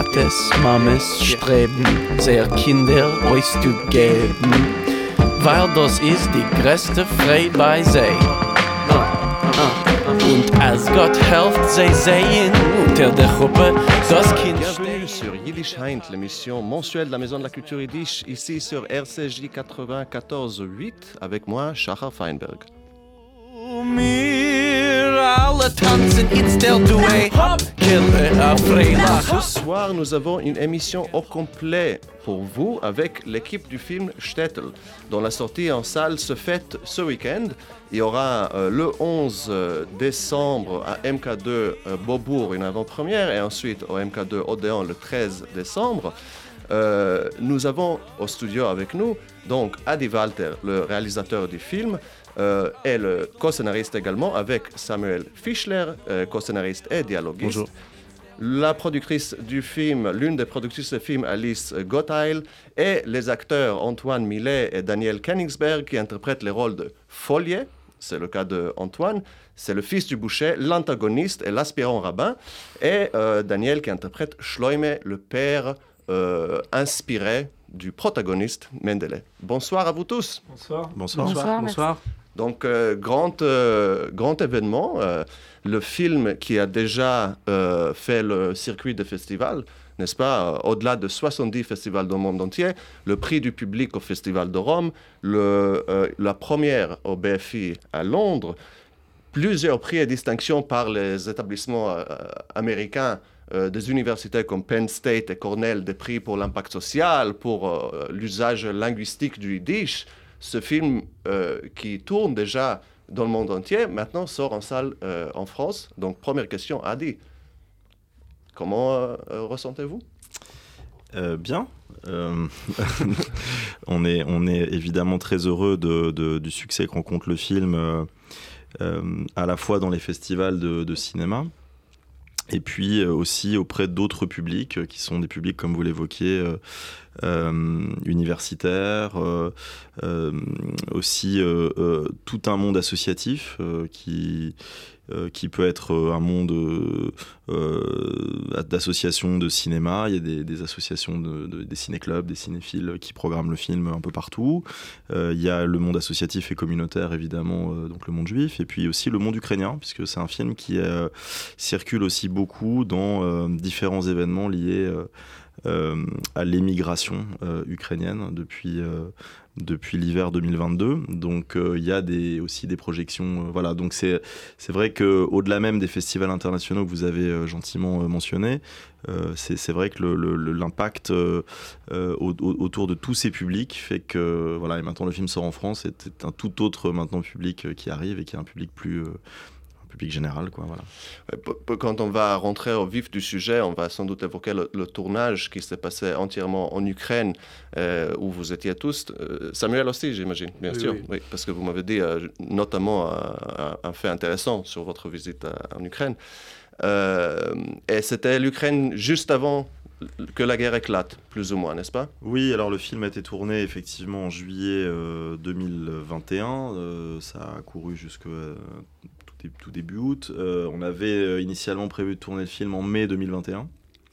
Tates, Mames streben, sehr Kinder auszugeben, weil das ist die größte Freude bei sie. Und als Gott hilft, sie sehen unter der Gruppe das Kind. Bienvenue sur Yiddish Heint, l'émission mensuelle de la Maison de la Culture Yiddish, ici sur RCJ 94.8, avec moi, Shachar Feinberg. Ce soir, nous avons une émission au complet pour vous avec l'équipe du film Shtetl, dont la sortie en salle se fête ce week-end. Il y aura le 11 décembre à MK2 Beaubourg une avant-première et ensuite au MK2 Odéon le 13 décembre. Nous avons au studio avec nous donc Adi Walter, le réalisateur du film, et le co-scénariste également avec Samuel Fischler, co-scénariste et dialoguiste. Bonjour. La productrice du film, l'une des productrices du film, Alice Gottheil, et les acteurs Antoine Millet et Daniel Kenningsberg qui interprètent les rôles de Follier, c'est le cas d'Antoine, c'est le fils du boucher, l'antagoniste et l'aspirant rabbin, et Daniel qui interprète Shloime, le père inspiré du protagoniste Mendele. Bonsoir à vous tous. Bonsoir. Donc, grand événement. Le film qui a déjà fait le circuit de festivals, n'est-ce pas, au-delà de 70 festivals dans le monde entier, le prix du public au Festival de Rome, la première au BFI à Londres, plusieurs prix et distinctions par les établissements américains, des universités comme Penn State et Cornell, des prix pour l'impact social, pour l'usage linguistique du Yiddish. Ce film qui tourne déjà dans le monde entier, maintenant sort en salle en France. Donc, première question, Adi, comment ressentez-vous ? Bien. On est évidemment très heureux du succès que rencontre le film, à la fois dans les festivals de cinéma, et puis aussi auprès d'autres publics, qui sont des publics, comme vous l'évoquiez, universitaires, aussi tout un monde associatif qui peut être un monde d'associations de cinéma. Il y a des associations des ciné-clubs, des cinéphiles qui programment le film un peu partout. Il y a le monde associatif et communautaire, évidemment, donc le monde juif, et puis aussi le monde ukrainien, puisque c'est un film qui circule aussi beaucoup dans différents événements liés à l'émigration ukrainienne depuis l'hiver 2022. Donc il y a aussi des projections. Voilà, donc c'est vrai qu'au-delà même des festivals internationaux que vous avez gentiment mentionnés, c'est vrai que l'impact autour de tous ces publics fait que, voilà, et maintenant le film sort en France, c'est un tout autre maintenant public qui arrive et qui est un public plus... public général, quoi, voilà. Quand on va rentrer au vif du sujet, on va sans doute évoquer le tournage qui s'est passé entièrement en Ukraine, où vous étiez tous. Samuel aussi, j'imagine, bien sûr. Oui, parce que vous m'avez dit notamment un fait intéressant sur votre visite en Ukraine. Et c'était l'Ukraine juste avant que la guerre éclate, plus ou moins, n'est-ce pas ? Oui, alors le film a été tourné effectivement en juillet 2021. Ça a couru jusqu'à tout début août. On avait initialement prévu de tourner le film en mai 2021.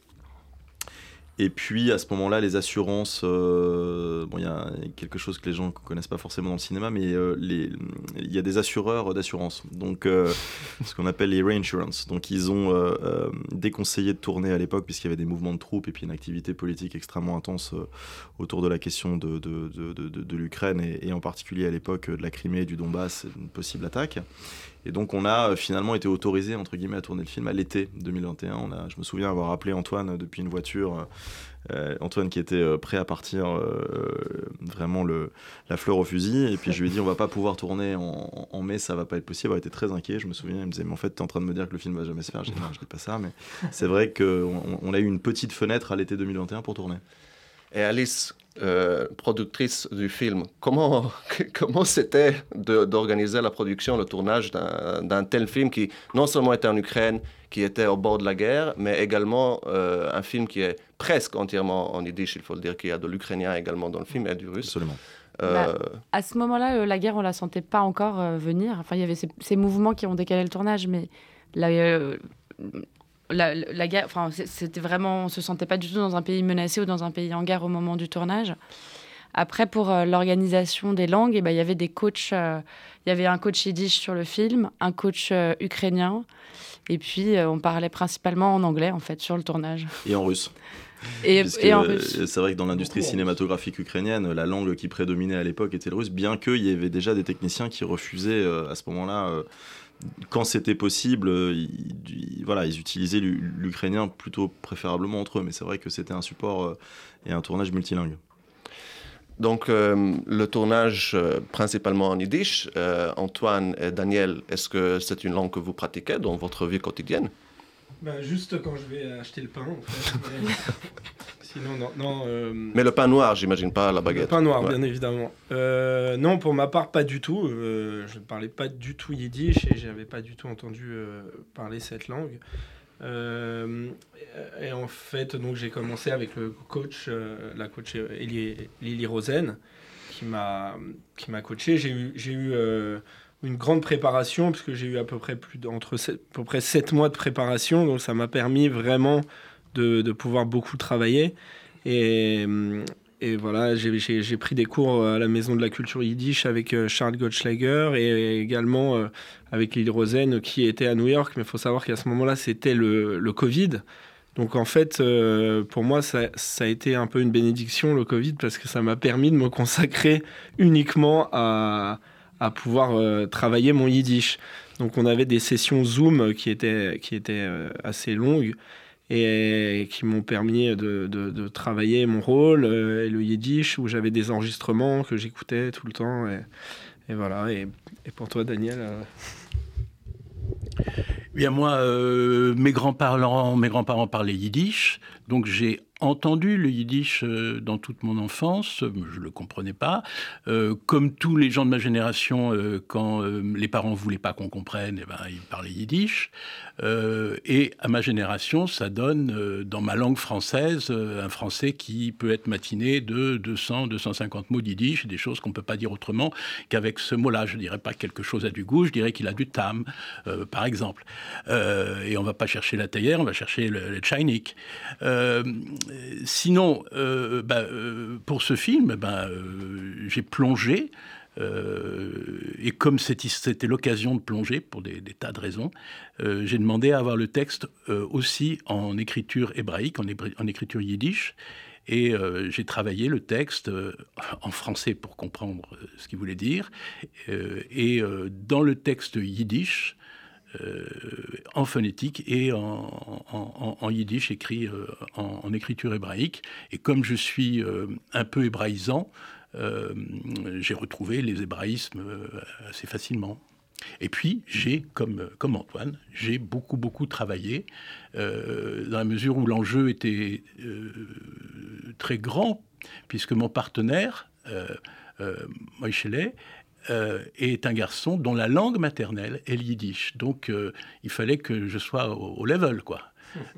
Et puis, à ce moment-là, les assurances... il y a quelque chose que les gens ne connaissent pas forcément dans le cinéma, mais il y a des assureurs d'assurance, donc ce qu'on appelle les reinsurance. Donc, ils ont déconseillé de tourner à l'époque, puisqu'il y avait des mouvements de troupes et puis une activité politique extrêmement intense autour de la question de l'Ukraine, et en particulier à l'époque de la Crimée et du Donbass, une possible attaque. Et donc, on a finalement été autorisé, entre guillemets, à tourner le film à l'été 2021. Je me souviens avoir appelé Antoine depuis une voiture, Antoine qui était prêt à partir, vraiment la fleur au fusil. Et puis, je lui ai dit, on va pas pouvoir tourner en mai, ça va pas être possible. Il était très inquiet, je me souviens. Il me disait, mais en fait, tu es en train de me dire que le film va jamais se faire. Je dis, non, je dis pas ça, mais c'est vrai qu'on a eu une petite fenêtre à l'été 2021 pour tourner. Et Alice, productrice du film, comment c'était d'organiser la production, le tournage d'un tel film qui non seulement était en Ukraine, qui était au bord de la guerre, mais également un film qui est presque entièrement en yiddish, il faut le dire, qu'il y a de l'ukrainien également dans le film et du russe. Absolument. À ce moment-là, la guerre, on la sentait pas encore venir. Enfin, il y avait ces mouvements qui ont décalé le tournage, mais la guerre, enfin, c'était vraiment, on se sentait pas du tout dans un pays menacé ou dans un pays en guerre au moment du tournage. Après, pour l'organisation des langues, il y avait des coachs. Il y avait un coach yiddish sur le film, un coach ukrainien, et puis on parlait principalement en anglais en fait sur le tournage. Et en russe. Et en russe. C'est vrai que dans l'industrie cinématographique ukrainienne, la langue qui prédominait à l'époque était le russe, bien qu'il y avait déjà des techniciens qui refusaient à ce moment-là, quand c'était possible, ils utilisaient l'ukrainien plutôt préférablement entre eux, mais c'est vrai que c'était un support et un tournage multilingue. Donc, le tournage principalement en yiddish. Antoine et Daniel, est-ce que c'est une langue que vous pratiquez dans votre vie quotidienne? Juste quand je vais acheter le pain, en fait. Sinon, non. Mais le pain noir, j'imagine pas la baguette. Le pain noir, bien évidemment. Non, pour ma part, pas du tout. Je ne parlais pas du tout yiddish et je n'avais pas du tout entendu parler cette langue. Et en fait, donc, j'ai commencé avec le coach, la coach Lily Rosen, qui m'a coaché. J'ai eu une grande préparation, parce que j'ai eu à peu près 7 mois de préparation, donc ça m'a permis vraiment de pouvoir beaucoup travailler. Et voilà, j'ai pris des cours à la Maison de la Culture Yiddish avec Charles Gottschlager et également avec Lily Rosen qui était à New York. Mais il faut savoir qu'à ce moment-là, c'était le Covid. Donc en fait, pour moi, ça a été un peu une bénédiction, le Covid, parce que ça m'a permis de me consacrer uniquement à pouvoir travailler mon yiddish. Donc on avait des sessions Zoom qui étaient assez longues et qui m'ont permis de travailler mon rôle et le yiddish, où j'avais des enregistrements que j'écoutais tout le temps. Et voilà. Et pour toi, Daniel Bien, moi, mes grands-parents parlaient yiddish, donc j'ai entendu le yiddish dans toute mon enfance, je ne le comprenais pas. Comme tous les gens de ma génération, quand les parents ne voulaient pas qu'on comprenne, ils parlaient yiddish. Et à ma génération, ça donne, dans ma langue française, un français qui peut être matiné de 200-250 mots yiddish, des choses qu'on ne peut pas dire autrement qu'avec ce mot-là. Je ne dirais pas quelque chose a du goût, je dirais qu'il a du tam, par exemple. Et on ne va pas chercher la théière, on va chercher le tchainik. Sinon, pour ce film, j'ai plongé, et comme c'était l'occasion de plonger pour des tas de raisons, j'ai demandé à avoir le texte aussi en écriture hébraïque, en écriture yiddish, et j'ai travaillé le texte en français pour comprendre ce qu'il voulait dire, et dans le texte yiddish, en phonétique et en yiddish écrit en écriture hébraïque. Et comme je suis un peu hébraïsant, j'ai retrouvé les hébraïsmes assez facilement. Et puis, comme Antoine, j'ai beaucoup travaillé, dans la mesure où l'enjeu était très grand, puisque mon partenaire, Moïse, est un garçon dont la langue maternelle est le yiddish. Donc, il fallait que je sois au level, quoi.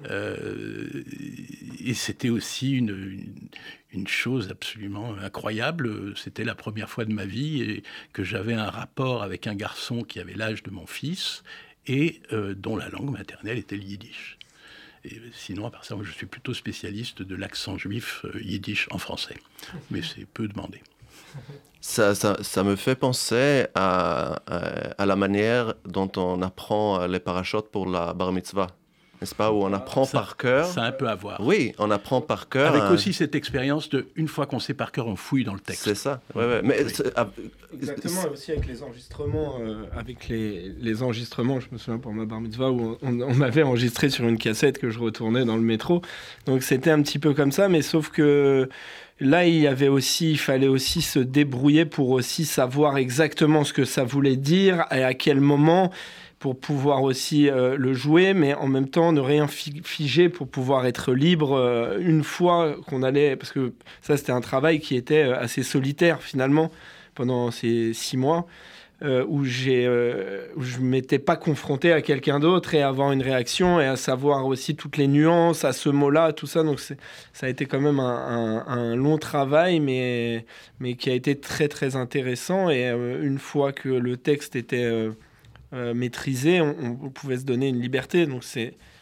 Et c'était aussi une chose absolument incroyable. C'était la première fois de ma vie et que j'avais un rapport avec un garçon qui avait l'âge de mon fils et dont la langue maternelle était le yiddish. Et sinon, à part ça, moi, je suis plutôt spécialiste de l'accent juif yiddish en français. Mais c'est peu demandé. Ça me fait penser à la manière dont on apprend les parachutes pour la bar mitzvah, n'est-ce pas, où on apprend par cœur. Ça a un peu à voir. Oui, on apprend par cœur. Avec aussi cette expérience une fois qu'on sait par cœur, on fouille dans le texte. C'est ça, ouais. Mais oui. Exactement, aussi avec les enregistrements. Les enregistrements, je me souviens pour ma bar mitzvah, où on m'avait enregistré sur une cassette que je retournais dans le métro. Donc c'était un petit peu comme ça, mais sauf que là, il fallait aussi se débrouiller pour aussi savoir exactement ce que ça voulait dire et à quel moment, pour pouvoir aussi le jouer, mais en même temps ne rien figer pour pouvoir être libre une fois qu'on allait... Parce que ça, c'était un travail qui était assez solitaire, finalement, pendant ces 6 mois, où je ne m'étais pas confronté à quelqu'un d'autre et avoir une réaction et à savoir aussi toutes les nuances à ce mot-là, tout ça. Donc ça a été quand même un long travail, mais qui a été très, très intéressant. Et une fois que le texte était... maîtrisé, on pouvait se donner une liberté. Donc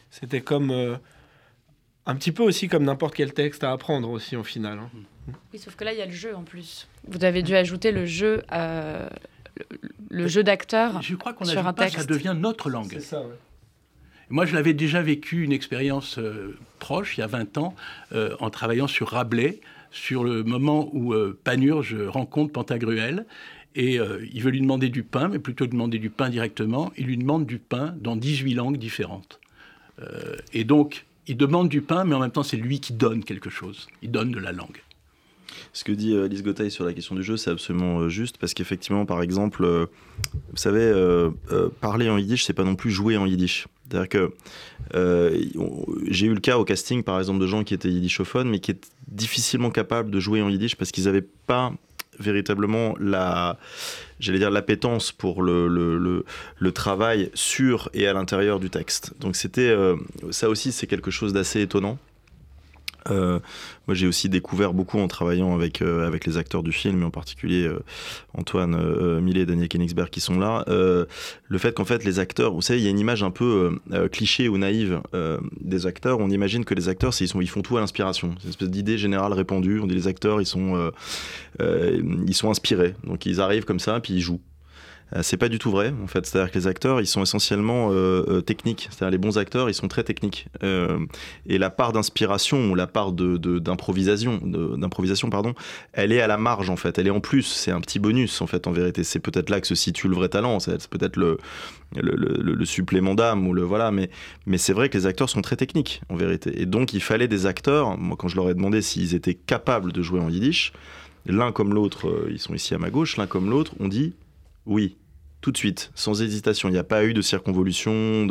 C'était comme un petit peu aussi comme n'importe quel texte à apprendre aussi au final. Hein. Oui, sauf que là, il y a le jeu en plus. Vous avez dû ajouter le jeu, le jeu d'acteur Je crois qu'on sur un n'ajoute pas, texte. ça devient notre langue. C'est ça, ouais. Moi, je l'avais déjà vécu, une expérience proche, il y a 20 ans, en travaillant sur Rabelais, sur le moment où Panurge rencontre Pantagruel, et il veut lui demander du pain, mais plutôt que de demander du pain directement, il lui demande du pain dans 18 langues différentes. Et donc, il demande du pain, mais en même temps, c'est lui qui donne quelque chose. Il donne de la langue. Ce que dit Lise Gotaille sur la question du jeu, c'est absolument juste, parce qu'effectivement, par exemple, vous savez, parler en yiddish, c'est pas non plus jouer en yiddish. C'est-à-dire que j'ai eu le cas au casting, par exemple, de gens qui étaient yiddishophones, mais qui étaient difficilement capables de jouer en yiddish parce qu'ils n'avaient pas véritablement l'appétence pour le travail sur et à l'intérieur du texte. Donc c'était ça aussi, c'est quelque chose d'assez étonnant. Moi, j'ai aussi découvert beaucoup en travaillant avec les acteurs du film, et en particulier Antoine Millet et Daniel Koenigsberg qui sont là. Le fait qu'en fait, les acteurs, vous savez, il y a une image un peu cliché ou naïve des acteurs. On imagine que les acteurs, ils font tout à l'inspiration. C'est une espèce d'idée générale répandue. On dit les acteurs, ils sont inspirés. Donc, ils arrivent comme ça, puis ils jouent. C'est pas du tout vrai, en fait. C'est-à-dire que les acteurs, ils sont essentiellement techniques. C'est-à-dire les bons acteurs, ils sont très techniques. Et la part d'inspiration ou la part d'improvisation, elle est à la marge, en fait. Elle est en plus. C'est un petit bonus, en fait, en vérité. C'est peut-être là que se situe le vrai talent. C'est peut-être le supplément d'âme ou voilà. Mais c'est vrai que les acteurs sont très techniques, en vérité. Et donc, il fallait des acteurs. Moi, quand je leur ai demandé s'ils étaient capables de jouer en yiddish, l'un comme l'autre, ils sont ici à ma gauche, l'un comme l'autre, on dit oui, tout de suite, sans hésitation. Il n'y a pas eu de circonvolution.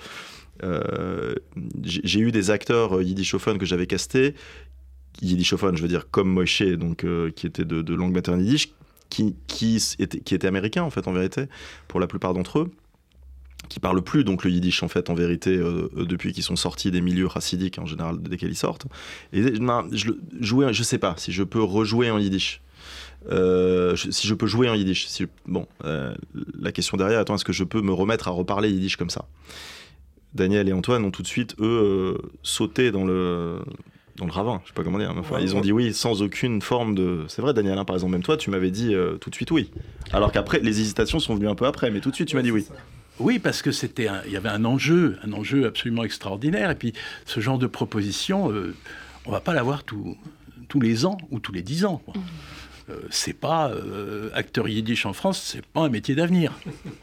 J'ai eu des acteurs yiddishophones que j'avais castés, yiddishophones, je veux dire, comme Moshe, donc, qui étaient de langue maternelle yiddish, qui étaient américains, en fait, en vérité, pour la plupart d'entre eux, qui parlent plus donc le yiddish, en fait, en vérité, depuis qu'ils sont sortis des milieux chassidiques, en général, dès qu'ils sortent. Et je sais pas si je peux rejouer en yiddish. Si je peux jouer en yiddish. La question derrière, est-ce que je peux me remettre à reparler yiddish comme ça? Daniel et Antoine ont tout de suite, eux, sauté dans le ravin, je sais pas comment dire. Enfin, ils ont dit oui sans aucune forme de... C'est vrai, Daniel, hein, par exemple, même toi, tu m'avais dit tout de suite oui. Alors qu'après, les hésitations sont venues un peu après, mais tout de suite, tu m'as dit oui. Oui, parce que il y avait un enjeu absolument extraordinaire. Et puis, ce genre de proposition, on va pas l'avoir tous les ans ou tous les 10 ans. Quoi. C'est pas acteur yiddish en France, c'est pas un métier d'avenir.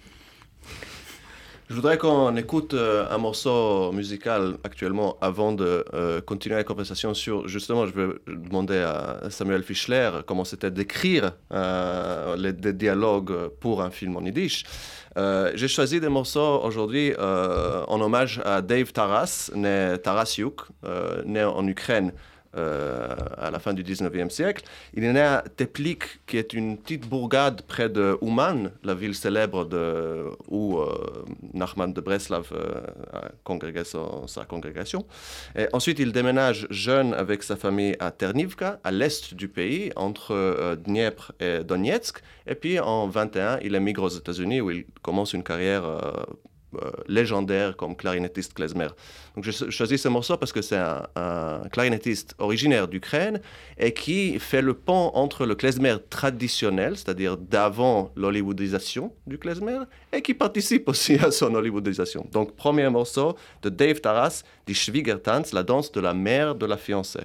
Je voudrais qu'on écoute un morceau musical actuellement avant de continuer la conversation sur, justement, je vais demander à Samuel Fischler comment c'était d'écrire des dialogues pour un film en yiddish. J'ai choisi des morceaux aujourd'hui en hommage à Dave Taras, né Tarasiuk, né en Ukraine. À la fin du 19e siècle. Il est né à Teplik, qui est une petite bourgade près de Uman, la ville célèbre où Nachman de Breslav a congrégé sa congrégation. Et ensuite, il déménage jeune avec sa famille à Ternivka, à l'est du pays, entre Dniepr et Donetsk. Et puis, en 21, il émigre aux États-Unis, où il commence une carrière légendaire comme clarinettiste klezmer. Donc j'ai choisi ce morceau parce que c'est un clarinettiste originaire d'Ukraine et qui fait le pont entre le klezmer traditionnel, c'est-à-dire d'avant l'hollywoodisation du klezmer, et qui participe aussi à son hollywoodisation. Donc premier morceau de Dave Taras, Die Schwiegertanz, la danse de la mère de la fiancée.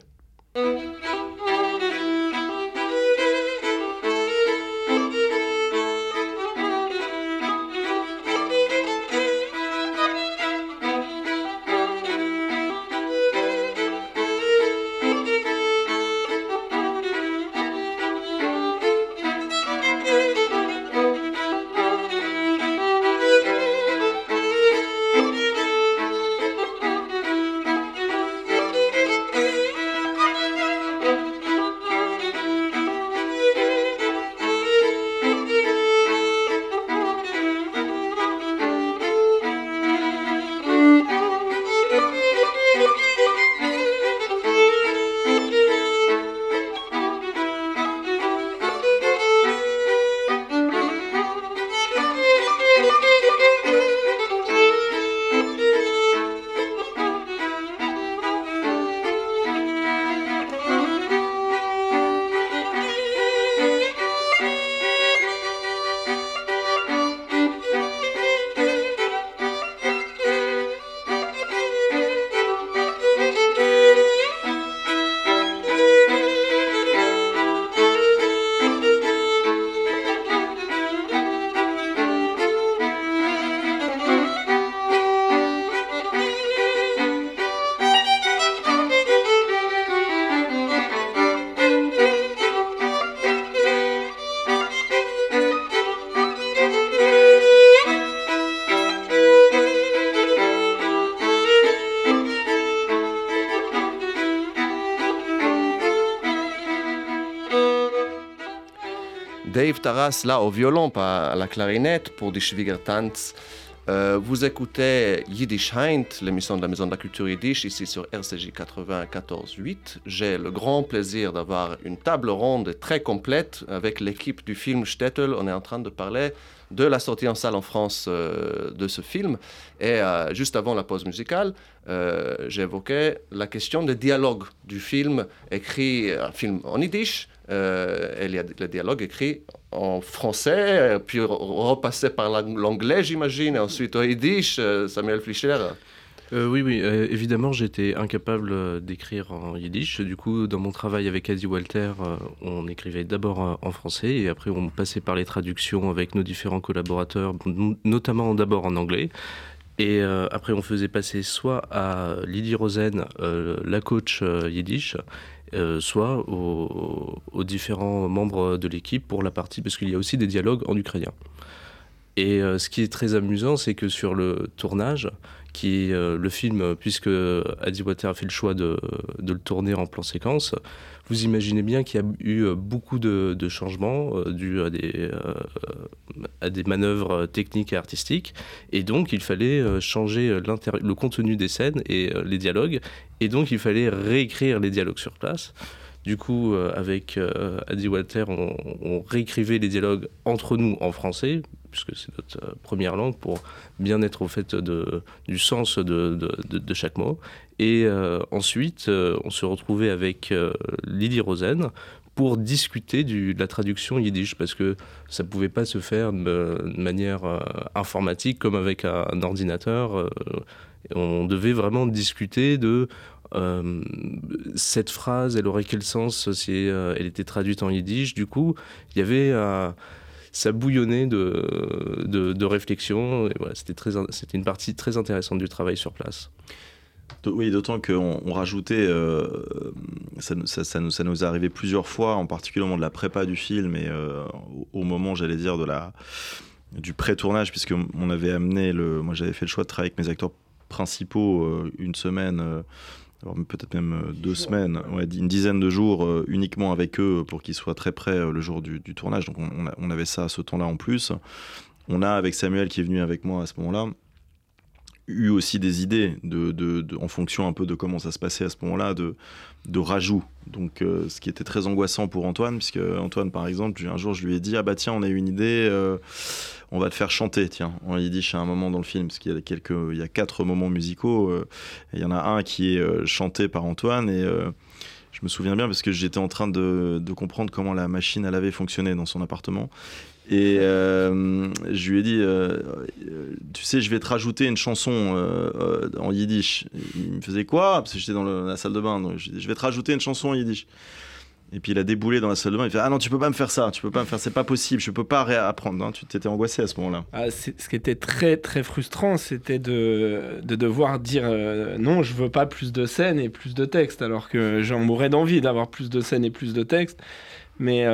Dave Taras, là, au violon, pas à la clarinette, pour Die Schwiegertanz. Vous écoutez Yiddish Heint, l'émission de la Maison de la Culture Yiddish, ici sur RCJ 94.8. J'ai le grand plaisir d'avoir une table ronde très complète avec l'équipe du film Shtetl. On est en train de parler de la sortie en salle en France de ce film. Et juste avant la pause musicale, j'évoquais la question des dialogues du film, un film en yiddish. Il y a le dialogue écrit en français, puis repassé par l'anglais, j'imagine, et ensuite au yiddish. Samuel Fleischer. Oui, évidemment, j'étais incapable d'écrire en yiddish. Du coup, dans mon travail avec Adi Walter, on écrivait d'abord en français et après on passait par les traductions avec nos différents collaborateurs, notamment d'abord en anglais. Et après, on faisait passer soit à Lily Rosen, la coach yiddish, soit aux différents membres de l'équipe pour la partie, parce qu'il y a aussi des dialogues en ukrainien. Et ce qui est très amusant, c'est que sur le tournage, qui est le film, puisque Adi Walter a fait le choix de le tourner en plan séquence, vous imaginez bien qu'il y a eu beaucoup de changements dus à des manœuvres techniques et artistiques. Et donc, il fallait changer le contenu des scènes et les dialogues. Et donc, il fallait réécrire les dialogues sur place. Du coup, avec Adi Walter, on réécrivait les dialogues entre nous en français, puisque c'est notre première langue, pour bien être au fait du sens de chaque mot. Et ensuite, on se retrouvait avec Lily Rosen pour discuter de la traduction yiddish, parce que ça ne pouvait pas se faire de manière informatique comme avec un ordinateur. On devait vraiment discuter de cette phrase, elle aurait quel sens si elle était traduite en yiddish. Du coup, il y avait... ça bouillonnait de réflexion. Et voilà, c'était une partie très intéressante du travail sur place. Oui, d'autant qu'on rajoutait, ça nous est arrivé plusieurs fois, en particulier au moment de la prépa du film et au moment, j'allais dire, du pré-tournage, puisqu'on avait moi j'avais fait le choix de travailler avec mes acteurs principaux une semaine, alors peut-être même 2 semaines, une dizaine de jours uniquement avec eux pour qu'ils soient très près le jour du tournage. Donc on avait ça à ce temps-là en plus. On a, avec Samuel qui est venu avec moi à ce moment-là, eu aussi des idées en fonction un peu de comment ça se passait à ce moment-là, de rajouts. Donc ce qui était très angoissant pour Antoine, puisque Antoine, par exemple, un jour je lui ai dit « Ah bah tiens, on a eu une idée, on va te faire chanter, tiens ». En yiddish à un moment dans le film, parce qu'il y a 4 moments musicaux, et il y en a un qui est chanté par Antoine, et je me souviens bien parce que j'étais en train de comprendre comment la machine à laver fonctionnait dans son appartement. Et je lui ai dit, tu sais, je vais te rajouter une chanson en yiddish. Il me faisait quoi ? Parce que j'étais dans la salle de bain. Donc je vais te rajouter une chanson en yiddish. Et puis il a déboulé dans la salle de bain. Il fait, ah non, tu peux pas me faire ça. Tu peux pas me faire, c'est pas possible. Je peux pas réapprendre. Hein. Tu t'étais angoissé à ce moment-là. Ce qui était très très frustrant, c'était de devoir dire non, je veux pas plus de scènes et plus de textes, alors que j'en mourrais d'envie d'avoir plus de scènes et plus de textes. Mais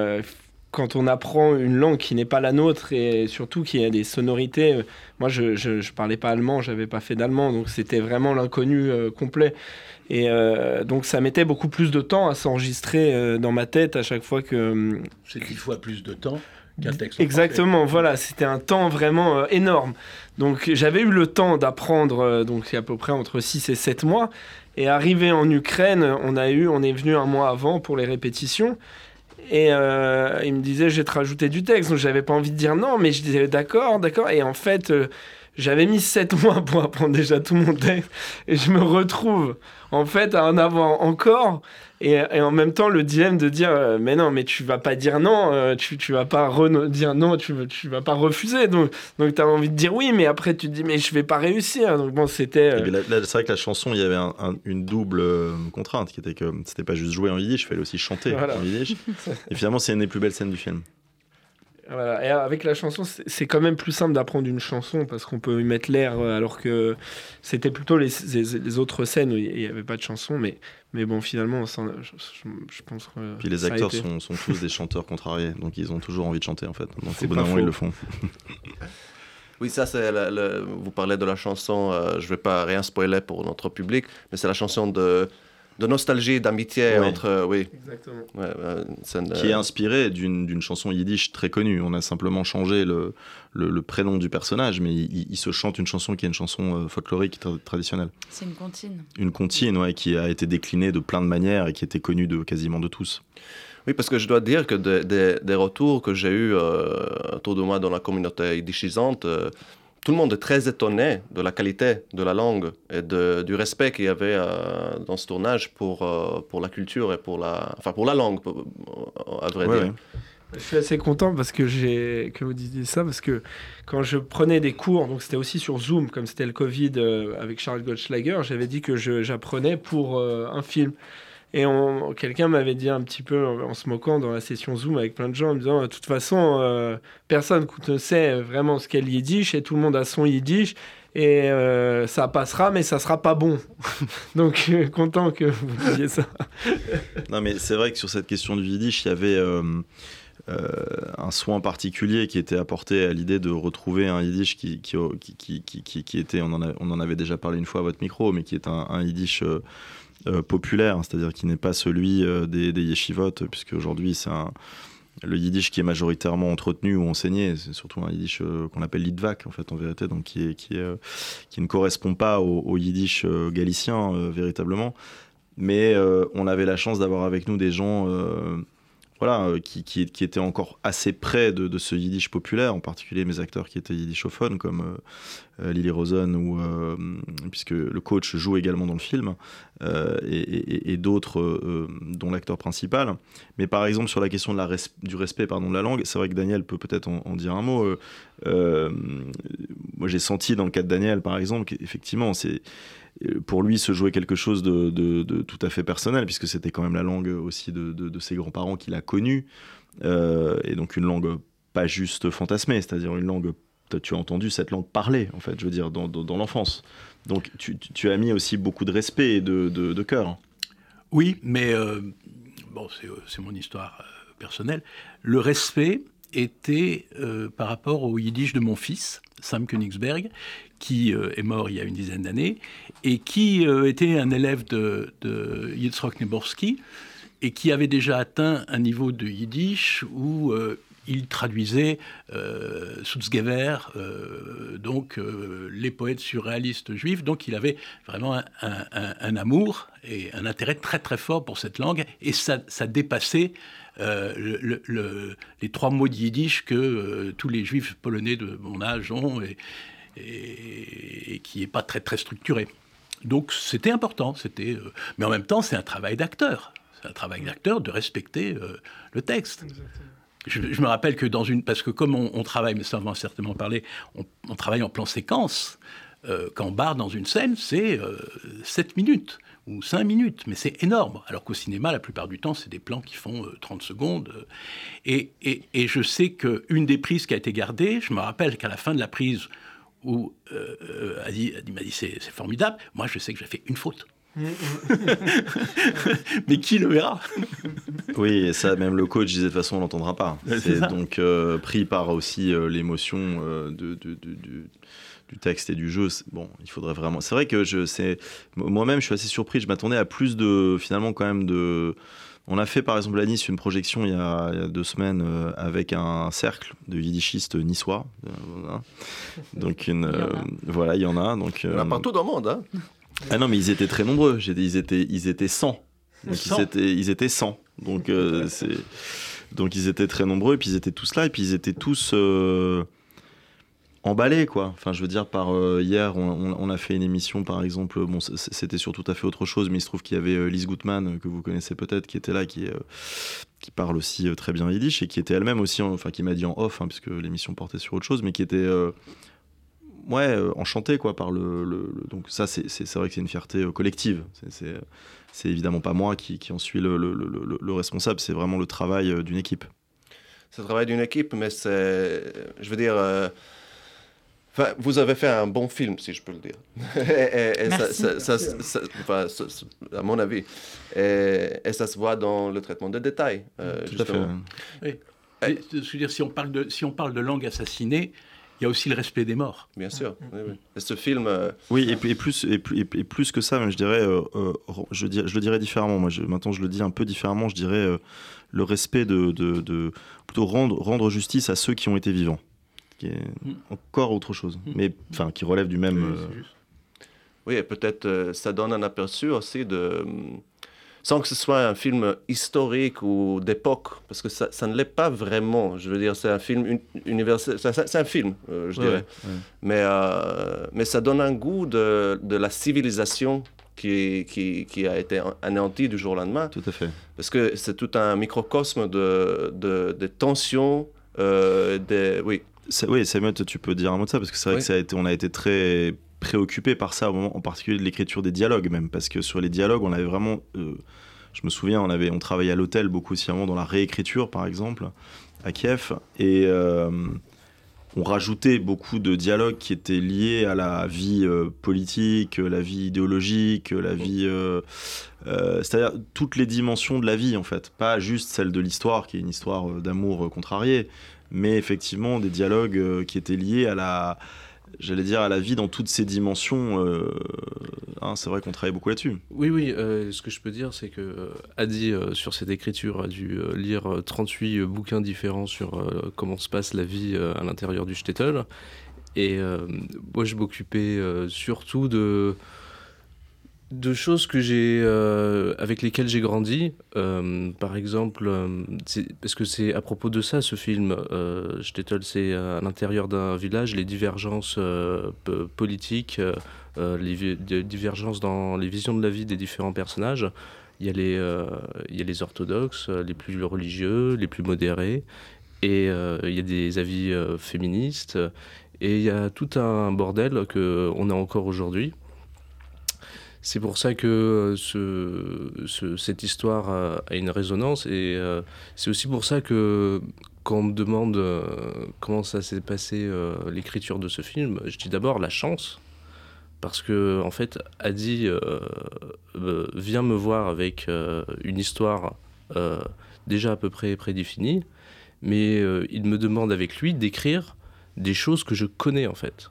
quand on apprend une langue qui n'est pas la nôtre et surtout qui a des sonorités... moi, je parlais pas allemand, j'avais pas fait d'allemand, donc c'était vraiment l'inconnu complet. Et donc, ça mettait beaucoup plus de temps à s'enregistrer dans ma tête à chaque fois que... C'est 10 fois plus de temps qu'un texte. Exactement, voilà, c'était un temps vraiment énorme. Donc, j'avais eu le temps d'apprendre, donc c'est à peu près entre 6 et 7 mois. Et arrivé en Ukraine, on est venu un mois avant pour les répétitions. Et il me disait, je vais te rajouter du texte. Donc, j'avais pas envie de dire non, mais je disais d'accord. Et en fait, j'avais mis 7 mois pour apprendre déjà tout mon texte. Et je me retrouve, en fait, à en avoir encore. Et en même temps, le dilemme de dire, mais non, mais tu vas pas dire non, tu vas pas dire non, tu vas pas refuser. Donc tu as envie de dire oui, mais après, tu te dis, mais je vais pas réussir. Donc bon, c'était... Là, c'est vrai que la chanson, il y avait une double contrainte, qui était que c'était pas juste jouer en yiddish, il fallait aussi chanter en yiddish. Et finalement, c'est une des plus belles scènes du film. Voilà. Et avec la chanson, c'est quand même plus simple d'apprendre une chanson parce qu'on peut y mettre l'air, alors que c'était plutôt les autres scènes où il n'y avait pas de chanson. Mais bon, finalement, je pense que. Puis les acteurs sont tous des chanteurs contrariés, donc ils ont toujours envie de chanter en fait. Donc au bout d'un moment, ils le font. Oui, ça, c'est vous parlez de la chanson, je ne vais pas rien spoiler pour notre public, mais c'est la chanson de de nostalgie, d'amitié entre... oui. Exactement. Qui est inspiré d'une chanson yiddish très connue. On a simplement changé le prénom du personnage, mais il se chante une chanson qui est une chanson folklorique traditionnelle. C'est une comptine. Une comptine, qui a été déclinée de plein de manières et qui était connue de quasiment de tous. Oui, parce que je dois dire que des retours que j'ai eus autour de moi dans la communauté yiddishisante, tout le monde est très étonné de la qualité de la langue et du respect qu'il y avait dans ce tournage pour la culture et pour la langue, à vrai dire. Ouais. Je suis assez content que vous disiez ça, parce que quand je prenais des cours, donc c'était aussi sur Zoom, comme c'était le Covid avec Charles Goldschlager, j'avais dit que j'apprenais pour un film. Et quelqu'un m'avait dit un petit peu en se moquant dans la session Zoom avec plein de gens, en me disant de toute façon, personne ne sait vraiment ce qu'est le yiddish et tout le monde a son yiddish et ça passera, mais ça sera pas bon. Donc, content que vous disiez ça. Non, mais c'est vrai que sur cette question du yiddish, il y avait un soin particulier qui était apporté à l'idée de retrouver un yiddish qui était, on en avait déjà parlé une fois à votre micro, mais qui est un yiddish populaire, c'est-à-dire qui n'est pas celui des yeshivot, puisque aujourd'hui c'est le yiddish qui est majoritairement entretenu ou enseigné, c'est surtout un yiddish qu'on appelle litvak en fait en vérité, donc qui ne correspond pas au yiddish galicien véritablement, mais on avait la chance d'avoir avec nous des gens qui étaient encore assez près de ce yiddish populaire, en particulier mes acteurs qui étaient yiddishophones comme Lily Rosen, puisque le coach joue également dans le film, et d'autres dont l'acteur principal. Mais par exemple sur la question du respect de la langue, c'est vrai que Daniel peut peut-être en dire un mot. Moi j'ai senti dans le cas de Daniel par exemple qu'effectivement pour lui se jouait quelque chose de tout à fait personnel, puisque c'était quand même la langue aussi de ses grands-parents qu'il a connue, et donc une langue pas juste fantasmée, c'est-à-dire une langue, tu as entendu cette langue parler, en fait, je veux dire, dans l'enfance. Donc tu as mis aussi beaucoup de respect et de cœur. Oui, mais c'est mon histoire personnelle. Le respect était par rapport au yiddish de mon fils, Sam Königsberg, qui est mort il y a une dizaine d'années, et qui était un élève de Yitzhak Neborski, et qui avait déjà atteint un niveau de yiddish où il traduisait Sutzgeber, donc les poètes surréalistes juifs. Donc il avait vraiment un amour et un intérêt très très fort pour cette langue, et ça dépassait les 3 mots de yiddish que tous les juifs polonais de mon âge ont, et qui n'est pas très très structuré. Donc c'était important, mais en même temps c'est un travail d'acteur. C'est un travail d'acteur de respecter le texte. Je me rappelle que parce que comme on travaille, mais ça on va certainement parler, on travaille en plan séquence. Quand on barre dans une scène, c'est 7 minutes ou 5 minutes, mais c'est énorme. Alors qu'au cinéma, la plupart du temps, c'est des plans qui font 30 secondes. Et je sais qu'une des prises qui a été gardée, je me rappelle qu'à la fin de la prise où Adi m'a dit c'est formidable, moi je sais que j'ai fait une faute. Mais qui le verra? Oui, et ça, même le coach disait de toute façon on l'entendra pas. C'est donc pris par aussi l'émotion du texte et du jeu. Bon, il faudrait vraiment. C'est vrai que moi-même je suis assez surpris. Je m'attendais à plus finalement quand même de. On a fait par exemple à Nice une projection il y a 2 semaines avec un cercle de yiddishistes niçois. Donc il y en a. Donc, il y en a partout dans le monde, hein. Ah non, mais ils étaient très nombreux. Ils étaient 100. Donc ils étaient 100. Donc ils étaient très nombreux, et puis ils étaient tous là, et puis ils étaient tous emballés, quoi. Enfin, je veux dire, hier, on a fait une émission, par exemple. Bon, c'était sur tout à fait autre chose, mais il se trouve qu'il y avait Lise Gutmann, que vous connaissez peut-être, qui était là, qui parle aussi très bien yiddish, et qui était elle-même aussi, qui m'a dit en off, puisque l'émission portait sur autre chose, mais qui était enchanté, quoi, par donc ça c'est vrai que c'est une fierté collective. C'est évidemment pas moi qui en suis le responsable, c'est vraiment le travail d'une équipe. C'est le travail d'une équipe, mais je veux dire, vous avez fait un bon film, si je peux le dire. Merci. À mon avis, et ça se voit dans le traitement des détails. Tout à fait. Oui. Je veux dire, si on parle de langue assassinée, il y a aussi le respect des morts. Bien sûr. Oui, oui. Et ce film... Oui, et plus que ça, même, je dirais, je le dirais différemment. Moi, maintenant, je le dis un peu différemment. Je dirais le respect de plutôt rendre justice à ceux qui ont été vivants, qui est encore autre chose, mais enfin qui relève du même. Oui, et peut-être ça donne un aperçu aussi de... Sans que ce soit un film historique ou d'époque, parce que ça ne l'est pas vraiment. Je veux dire, c'est un film universel. C'est un film, je dirais. Ouais. Mais ça donne un goût de la civilisation qui a été anéantie du jour au lendemain. Tout à fait. Parce que c'est tout un microcosme de tensions, oui. Oui, Samuel, tu peux dire un mot de ça, parce que c'est vrai que on a été très préoccupé par ça, au moment en particulier de l'écriture des dialogues même, parce que sur les dialogues, on avait vraiment... je me souviens, on travaillait à l'hôtel beaucoup aussi, dans la réécriture, par exemple, à Kiev, et on rajoutait beaucoup de dialogues qui étaient liés à la vie politique, la vie idéologique, la vie... c'est-à-dire toutes les dimensions de la vie, en fait. Pas juste celle de l'histoire, qui est une histoire d'amour contrarié, mais effectivement des dialogues qui étaient liés à la... J'allais dire à la vie dans toutes ses dimensions. C'est vrai qu'on travaille beaucoup là-dessus. Oui, ce que je peux dire, c'est que Adi, sur cette écriture, a dû lire 38 bouquins différents sur comment se passe la vie à l'intérieur du shtetl. Et moi, je m'occupais surtout de choses que avec lesquelles j'ai grandi. Par exemple, parce que c'est à propos de ça, ce film. Shtetl, c'est à l'intérieur d'un village, les divergences politiques, les divergences dans les visions de la vie des différents personnages. Il y a les orthodoxes, les plus religieux, les plus modérés, et il y a des avis féministes, et il y a tout un bordel qu'on a encore aujourd'hui. C'est pour ça que cette histoire a une résonance, et c'est aussi pour ça que quand on me demande comment ça s'est passé l'écriture de ce film, je dis d'abord la chance, parce que en fait Adi vient me voir avec une histoire déjà à peu près prédéfinie, mais il me demande avec lui d'écrire des choses que je connais en fait,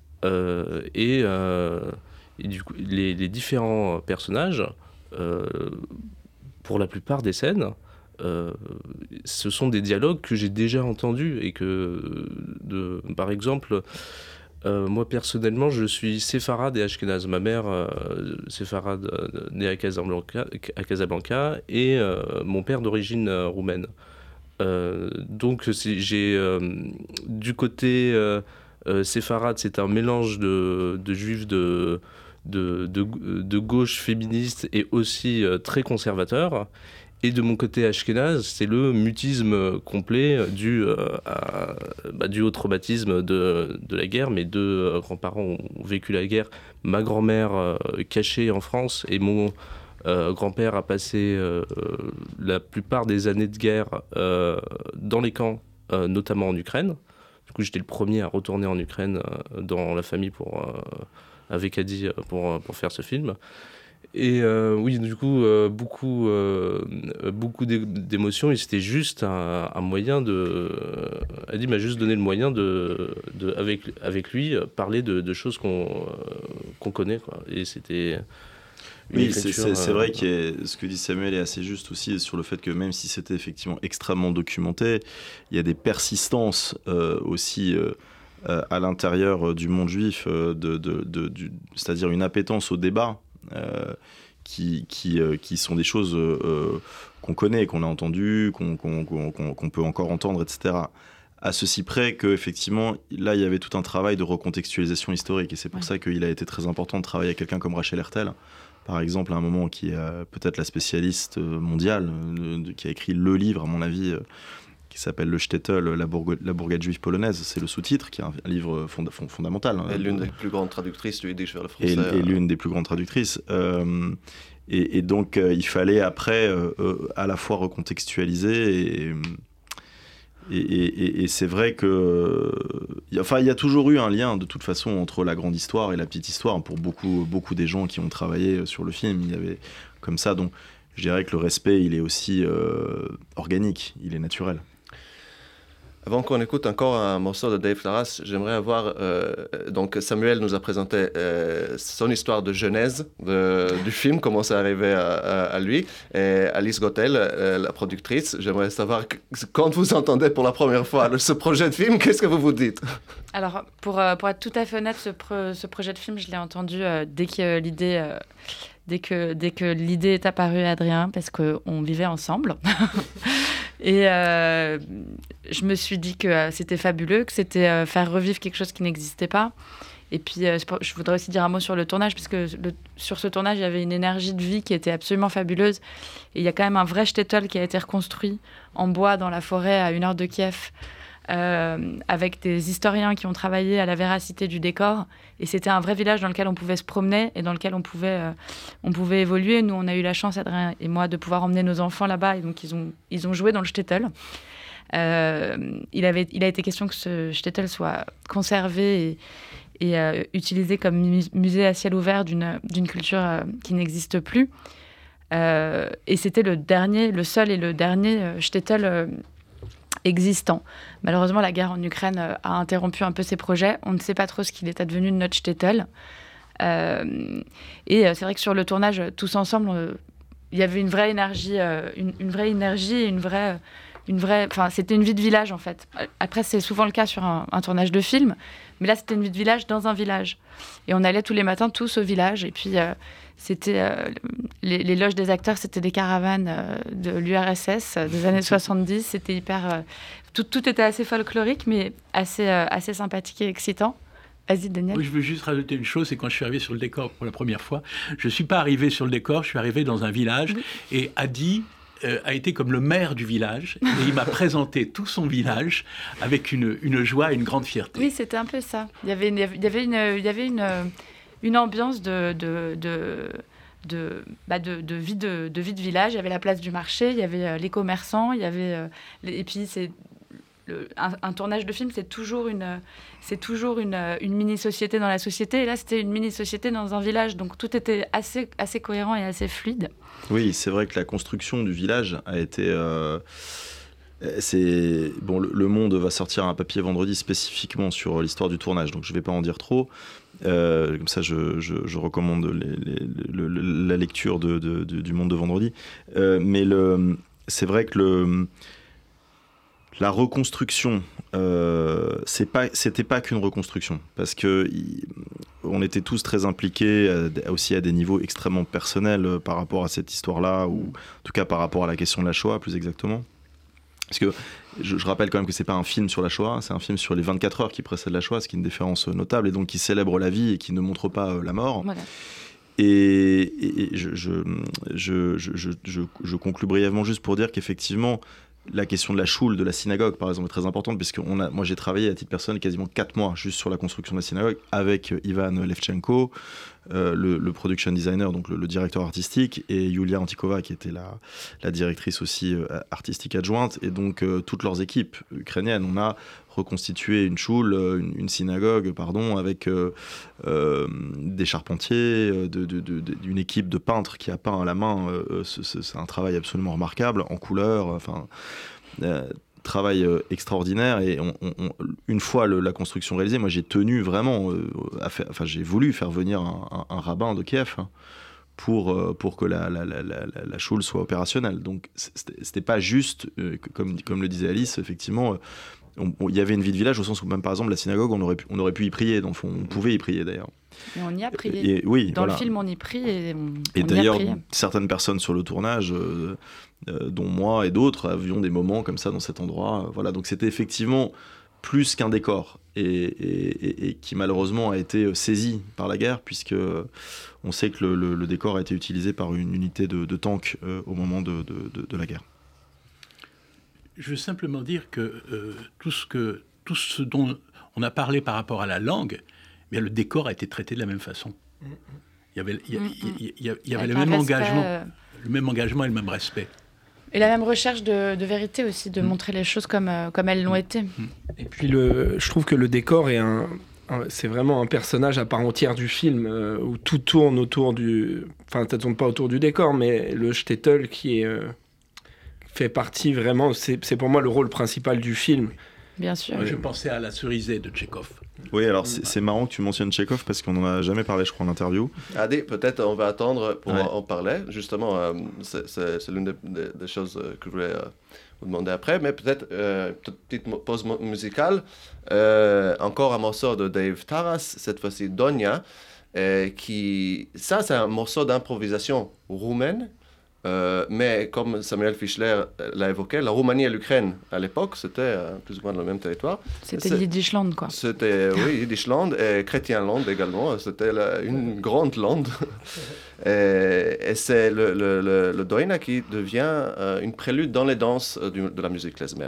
et du coup, les différents personnages, pour la plupart des scènes, ce sont des dialogues que j'ai déjà entendus, et par exemple, moi personnellement, je suis séfarade et ashkénaze. Ma mère, séfarade, née à Casablanca, et mon père d'origine roumaine. Donc j'ai du côté séfarade, c'est un mélange de juifs de gauche féministe et aussi très conservateur. Et de mon côté ashkénaze, c'est le mutisme complet dû au traumatisme de la guerre. Mes deux grands-parents ont vécu la guerre. Ma grand-mère cachée en France, et mon grand-père a passé la plupart des années de guerre dans les camps, notamment en Ukraine. Du coup, j'étais le premier à retourner en Ukraine dans la famille avec Adi pour faire ce film. Et oui, du coup, beaucoup d'émotions, et c'était juste un moyen Adi m'a juste donné le moyen avec lui, parler de choses qu'on connaît, quoi. Et c'était... Oui, c'est vrai que ce que dit Samuel est assez juste aussi sur le fait que même si c'était effectivement extrêmement documenté, il y a des persistances aussi à l'intérieur du monde juif, c'est-à-dire une appétence au débat qui sont des choses qu'on connaît, qu'on a entendues, qu'on peut encore entendre, etc. À ceci près qu'effectivement, là, il y avait tout un travail de recontextualisation historique, et c'est pour ça qu'il a été très important de travailler avec quelqu'un comme Rachel Hertel, par exemple, à un moment, qui est peut-être la spécialiste mondiale, qui a écrit le livre, à mon avis, qui s'appelle Le Shtetl, la bourgade juive polonaise. C'est le sous-titre, qui est un livre fondamental. Et l'une des plus grandes traductrices du yiddish vers le français. Et l'une des plus grandes traductrices. Et donc, il fallait après à la fois recontextualiser et c'est vrai que... il y a toujours eu un lien, de toute façon, entre la grande histoire et la petite histoire. Pour beaucoup des gens qui ont travaillé sur le film, il y avait comme ça. Donc, je dirais que le respect, il est aussi organique, il est naturel. Avant qu'on écoute encore un morceau de Dave Laras, j'aimerais avoir... donc Samuel nous a présenté son histoire de genèse du film, comment c'est arrivé à lui. Et Alice Gothel, la productrice, j'aimerais savoir, quand vous entendez pour la première fois ce projet de film, qu'est-ce que vous vous dites? Alors, pour être tout à fait honnête, ce projet de film, je l'ai entendu dès que l'idée est apparue à Adrien, parce qu'on vivait ensemble. Et je me suis dit que c'était fabuleux, que c'était faire revivre quelque chose qui n'existait pas. Et puis, je voudrais aussi dire un mot sur le tournage, parce que sur ce tournage, il y avait une énergie de vie qui était absolument fabuleuse. Et il y a quand même un vrai shtetl qui a été reconstruit en bois dans la forêt à 1 heure de Kiev, avec des historiens qui ont travaillé à la véracité du décor. Et c'était un vrai village dans lequel on pouvait se promener et dans lequel on pouvait évoluer. Nous, on a eu la chance, Adrien et moi, de pouvoir emmener nos enfants là-bas. Et donc, ils ont joué dans le shtetl. Il a été question que ce shtetl soit conservé et utilisé comme musée à ciel ouvert d'une culture qui n'existe plus. Et c'était le seul et le dernier shtetl existant. Malheureusement, la guerre en Ukraine a interrompu un peu ces projets. On ne sait pas trop ce qu'il est advenu de notre shtetl. Et c'est vrai que sur le tournage, tous ensemble, il y avait une vraie énergie, c'était une vie de village en fait. Après, c'est souvent le cas sur un tournage de film, mais là, c'était une vie de village dans un village. Et on allait tous les matins tous au village. Et puis, les loges des acteurs, c'était des caravanes de l'URSS des années 70. C'était hyper... tout était assez folklorique, mais assez sympathique et excitant. Vas-y, Daniel. Oui, je veux juste rajouter une chose, c'est quand je suis arrivé sur le décor pour la première fois, je ne suis pas arrivé sur le décor, je suis arrivé dans un village, et Adi a été comme le maire du village, et il m'a présenté tout son village avec une joie et une grande fierté. Oui, c'était un peu ça. Il y avait une ambiance de vie de village. Il y avait la place du marché, il y avait les commerçants, il y avait et puis un tournage de film, c'est toujours une mini-société dans la société. Et là, c'était une mini-société dans un village. Donc, tout était assez cohérent et assez fluide. Oui, c'est vrai que la construction du village a été... Le Monde va sortir un papier vendredi spécifiquement sur l'histoire du tournage. Donc, je ne vais pas en dire trop. Comme ça, je recommande la lecture du Monde de vendredi. Mais c'est vrai que la reconstruction, c'était pas qu'une reconstruction, parce que on était tous très impliqués aussi à des niveaux extrêmement personnels par rapport à cette histoire-là, ou en tout cas par rapport à la question de la Shoah, plus exactement. Parce que je rappelle quand même que c'est pas un film sur la Shoah, c'est un film sur les 24 heures qui précèdent la Shoah, ce qui est une différence notable, et donc qui célèbre la vie et qui ne montre pas la mort. Voilà. Et je conclus brièvement juste pour dire qu'effectivement, la question de la choule, de la synagogue, par exemple, est très importante, puisque moi j'ai travaillé à titre personnel quasiment 4 mois juste sur la construction de la synagogue avec Ivan Levchenko, le production designer, donc le directeur artistique, et Yulia Antikova, qui était la directrice aussi artistique adjointe, et donc toutes leurs équipes ukrainiennes. On a reconstitué une choule, une synagogue, avec des charpentiers, d'une équipe de peintres qui a peint à la main. C'est un travail absolument remarquable, en couleur, travail extraordinaire. Et une fois la construction réalisée, moi j'ai tenu vraiment j'ai voulu faire venir un rabbin de Kiev pour que la choule soit opérationnelle. Donc c'était pas juste, comme le disait Alice, effectivement, il y avait une vie de village au sens où même par exemple la synagogue, on aurait pu y prier, dans le fond, on pouvait y prier d'ailleurs. Et on y a prié. Dans le film, on y prie et d'ailleurs, certaines personnes sur le tournage, dont moi et d'autres, avions des moments comme ça dans cet endroit. Voilà, donc c'était effectivement plus qu'un décor et qui malheureusement a été saisi par la guerre, puisque on sait que le décor a été utilisé par une unité de tank au moment de la guerre. Je veux simplement dire que tout ce dont on a parlé par rapport à la langue, bien, le décor a été traité de la même façon. Il y avait le même engagement et le même respect. Et la même recherche de vérité aussi, de montrer les choses comme elles l'ont été. Et puis je trouve que le décor est c'est vraiment un personnage à part entière du film, où tout tourne autour du... Enfin, ça ne tourne pas autour du décor, mais le shtetl qui fait partie vraiment... C'est pour moi le rôle principal du film. Bien sûr. Je pensais à la cerisée de Tchekhov. Oui, alors c'est marrant que tu mentionnes Tchekhov parce qu'on n'en a jamais parlé, je crois, en interview. Adi, peut-être on va attendre pour en parler. Justement, c'est l'une des choses que je voulais vous demander après. Mais peut-être petite pause musicale. Encore un morceau de Dave Taras, cette fois-ci Donia. Ça, c'est un morceau d'improvisation roumaine. Mais comme Samuel Fischler l'a évoqué, la Roumanie et l'Ukraine, à l'époque, c'était plus ou moins le même territoire. C'était Yiddishland, quoi. C'était, oui, Yiddishland et Chrétienland également. C'était une grande lande. et c'est le Doina qui devient une prélude dans les danses de la musique klezmer.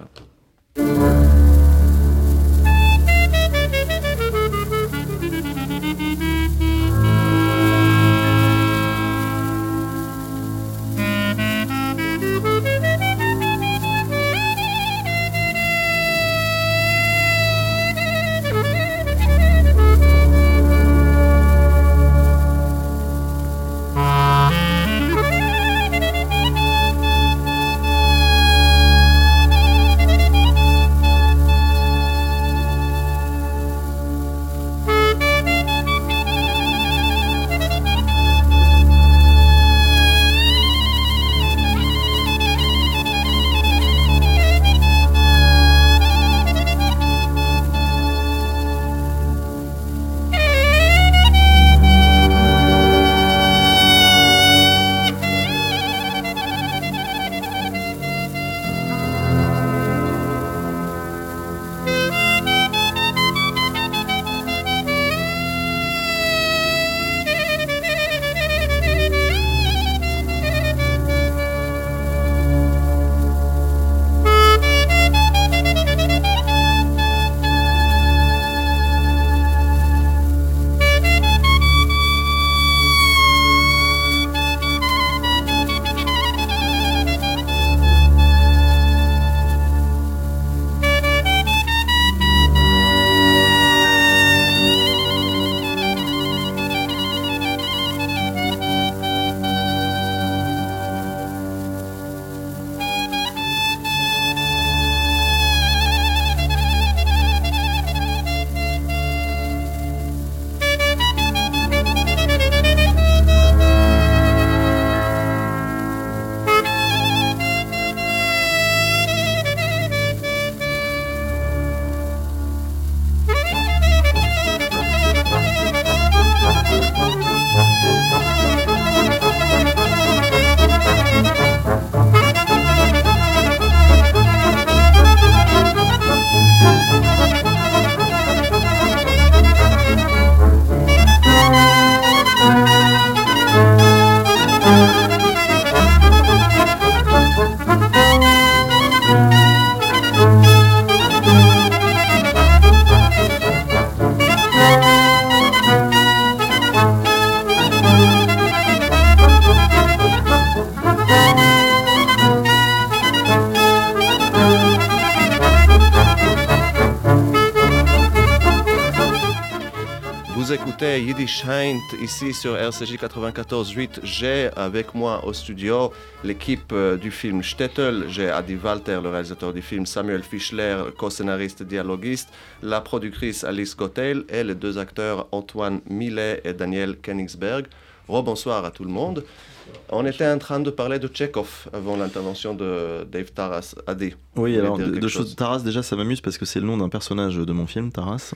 Écoutez Yiddish Heint ici sur RCJ 94.8. J'ai avec moi au studio l'équipe du film Shtetl. J'ai Adi Walter, le réalisateur du film, Samuel Fischler, co-scénariste dialoguiste, la productrice Alice Gottel et les deux acteurs Antoine Millet et Daniel Königsberg. Rebonsoir à tout le monde. On était en train de parler de Tchekhov avant l'intervention de Dave Taras. Adi. Oui, alors deux choses. Taras, déjà, ça m'amuse parce que c'est le nom d'un personnage de mon film, Taras.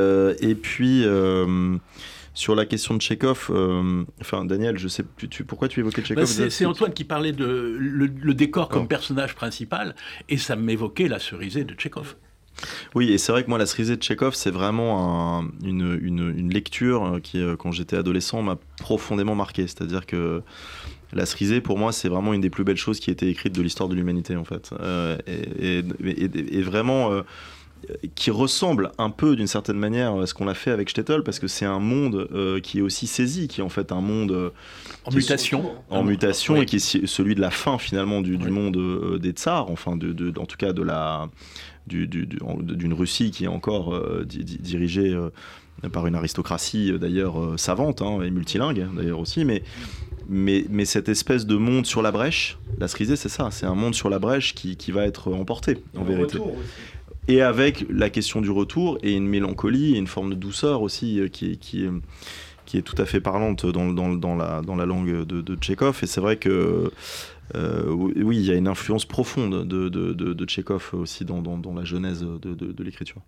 Et puis, sur la question de Tchekhov, Daniel, je sais plus pourquoi tu évoquais Tchekhov. C'est Antoine qui parlait de le décor comme personnage principal, et ça m'évoquait la cerisée de Tchekhov. Oui, et c'est vrai que moi, la cerisée de Tchekhov, c'est vraiment une lecture qui, quand j'étais adolescent, m'a profondément marqué. C'est-à-dire que la cerisée, pour moi, c'est vraiment une des plus belles choses qui a été écrite de l'histoire de l'humanité, en fait. Et vraiment, qui ressemble un peu, d'une certaine manière, à ce qu'on a fait avec Shtetl, parce que c'est un monde qui est aussi saisi, qui est en fait un monde en mutation. En mutation, oui. Et qui est celui de la fin, finalement, du monde des tsars, enfin, en tout cas, d'une Russie qui est encore dirigée par une aristocratie d'ailleurs savante et multilingue d'ailleurs aussi, mais cette espèce de monde sur la brèche, la cerisée c'est ça, c'est un monde sur la brèche qui va être emporté en vérité. et avec la question du retour et une mélancolie et une forme de douceur aussi qui est tout à fait parlante dans la langue de Tchekhov. Et c'est vrai que oui, il y a une influence profonde de Tchekhov aussi dans la genèse de l'écriture.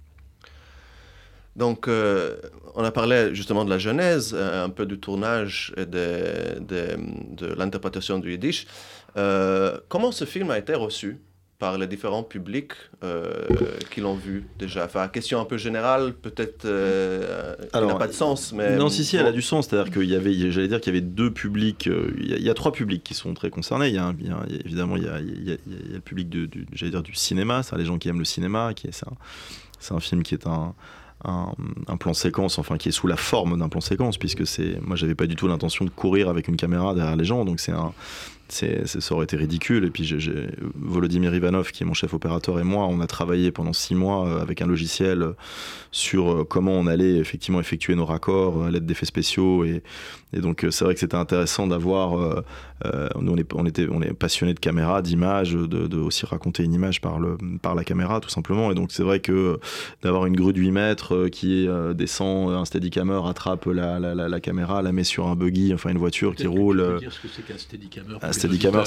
Donc, on a parlé justement de la genèse, un peu du tournage et de l'interprétation du yiddish. Comment ce film a été reçu par les différents publics qui l'ont vu déjà? Enfin, question un peu générale, peut-être qui n'a pas de sens, mais... Non, si, elle a du sens. C'est-à-dire qu'il y avait, j'allais dire qu'il y avait deux publics, il y a trois publics qui sont très concernés. Évidemment, il y a le public j'allais dire du cinéma, c'est les gens qui aiment le cinéma, c'est un film qui est un plan séquence, enfin qui est sous la forme d'un plan séquence, puisque moi j'avais pas du tout l'intention de courir avec une caméra derrière les gens, donc ça aurait été ridicule. Et puis Volodymyr Ivanov, qui est mon chef opérateur, et moi, on a travaillé pendant 6 mois avec un logiciel sur comment on allait effectivement effectuer nos raccords à l'aide d'effets spéciaux, et donc c'est vrai que c'était intéressant d'avoir nous on est passionnés de caméra, d'image, de aussi raconter une image par la caméra tout simplement. Et donc c'est vrai que d'avoir une grue de 8 mètres qui descend un steadicammer, attrape la caméra, la met sur un buggy, enfin une voiture qui roule. Tu peux dire ce que c'est qu'un steadicammer? Un steadicammer,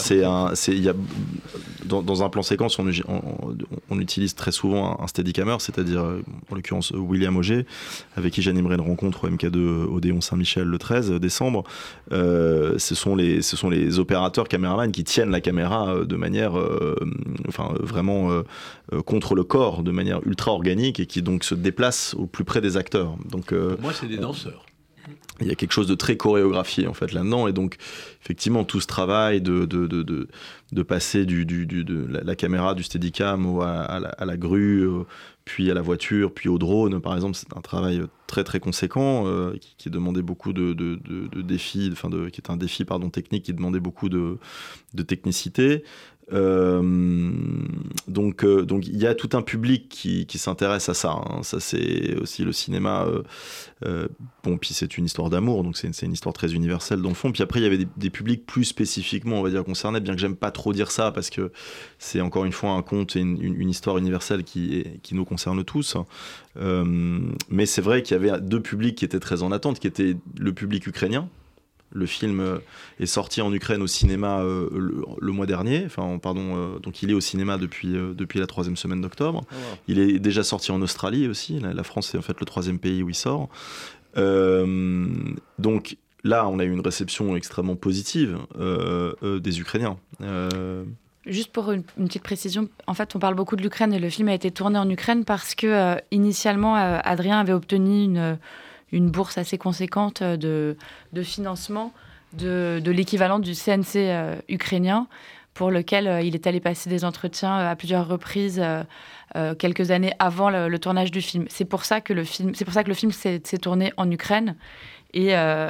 dans un plan séquence, on utilise très souvent un steadicammer, c'est-à-dire en l'occurrence William Auger, avec qui j'animerai une rencontre au MK2 Odéon Saint-Michel le 13 décembre. Ce sont les opérateurs caméramans qui tiennent la caméra de manière vraiment contre le corps, de manière ultra organique, et qui donc se déplacent au plus près des acteurs. Donc, pour moi, c'est des danseurs. Il y a quelque chose de très chorégraphié en fait là-dedans, et donc effectivement tout ce travail de passer de la caméra du Steadicam à la grue, puis à la voiture, puis au drone par exemple, c'est un travail très très conséquent qui demandait beaucoup de défis, qui est un défi technique, qui demandait beaucoup de technicité. Donc il y a tout un public qui s'intéresse à ça, hein. Ça, c'est aussi le cinéma. Puis c'est une histoire d'amour, donc c'est une histoire très universelle dans le fond. Puis après il y avait des publics plus spécifiquement, on va dire, concernés, bien que j'aime pas trop dire ça parce que c'est encore une fois un conte et une histoire universelle qui nous concerne tous. Mais c'est vrai qu'il y avait deux publics qui étaient très en attente, qui étaient le public ukrainien. Le film est sorti en Ukraine au cinéma le mois dernier. Donc il est au cinéma depuis la 3e semaine d'octobre. Oh wow. Il est déjà sorti en Australie aussi. La France est en fait le 3e pays où il sort. Donc là, on a eu une réception extrêmement positive des Ukrainiens. Juste pour une petite précision, en fait, on parle beaucoup de l'Ukraine et le film a été tourné en Ukraine parce que initialement, Adrien avait obtenu une bourse assez conséquente de financement de l'équivalent du CNC ukrainien, pour lequel il est allé passer des entretiens à plusieurs reprises quelques années avant le tournage du film. C'est pour ça que le film s'est tourné en Ukraine et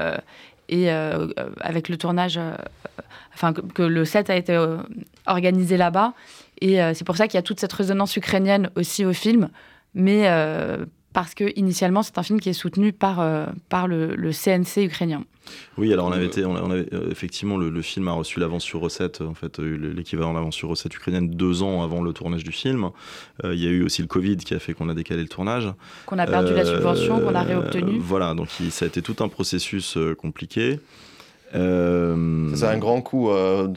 avec le tournage, que le set a été organisé là-bas. Et c'est pour ça qu'il y a toute cette résonance ukrainienne aussi au film, mais parce que initialement c'est un film qui est soutenu par le CNC ukrainien. Oui, alors on avait effectivement le film a reçu l'avance sur recette, en fait l'équivalent d'avance sur recette ukrainienne 2 ans avant le tournage du film. Il y a eu aussi le Covid qui a fait qu'on a décalé le tournage. Qu'on a perdu la subvention, qu'on a réobtenue. Voilà, donc ça a été tout un processus compliqué. C'est un grand coup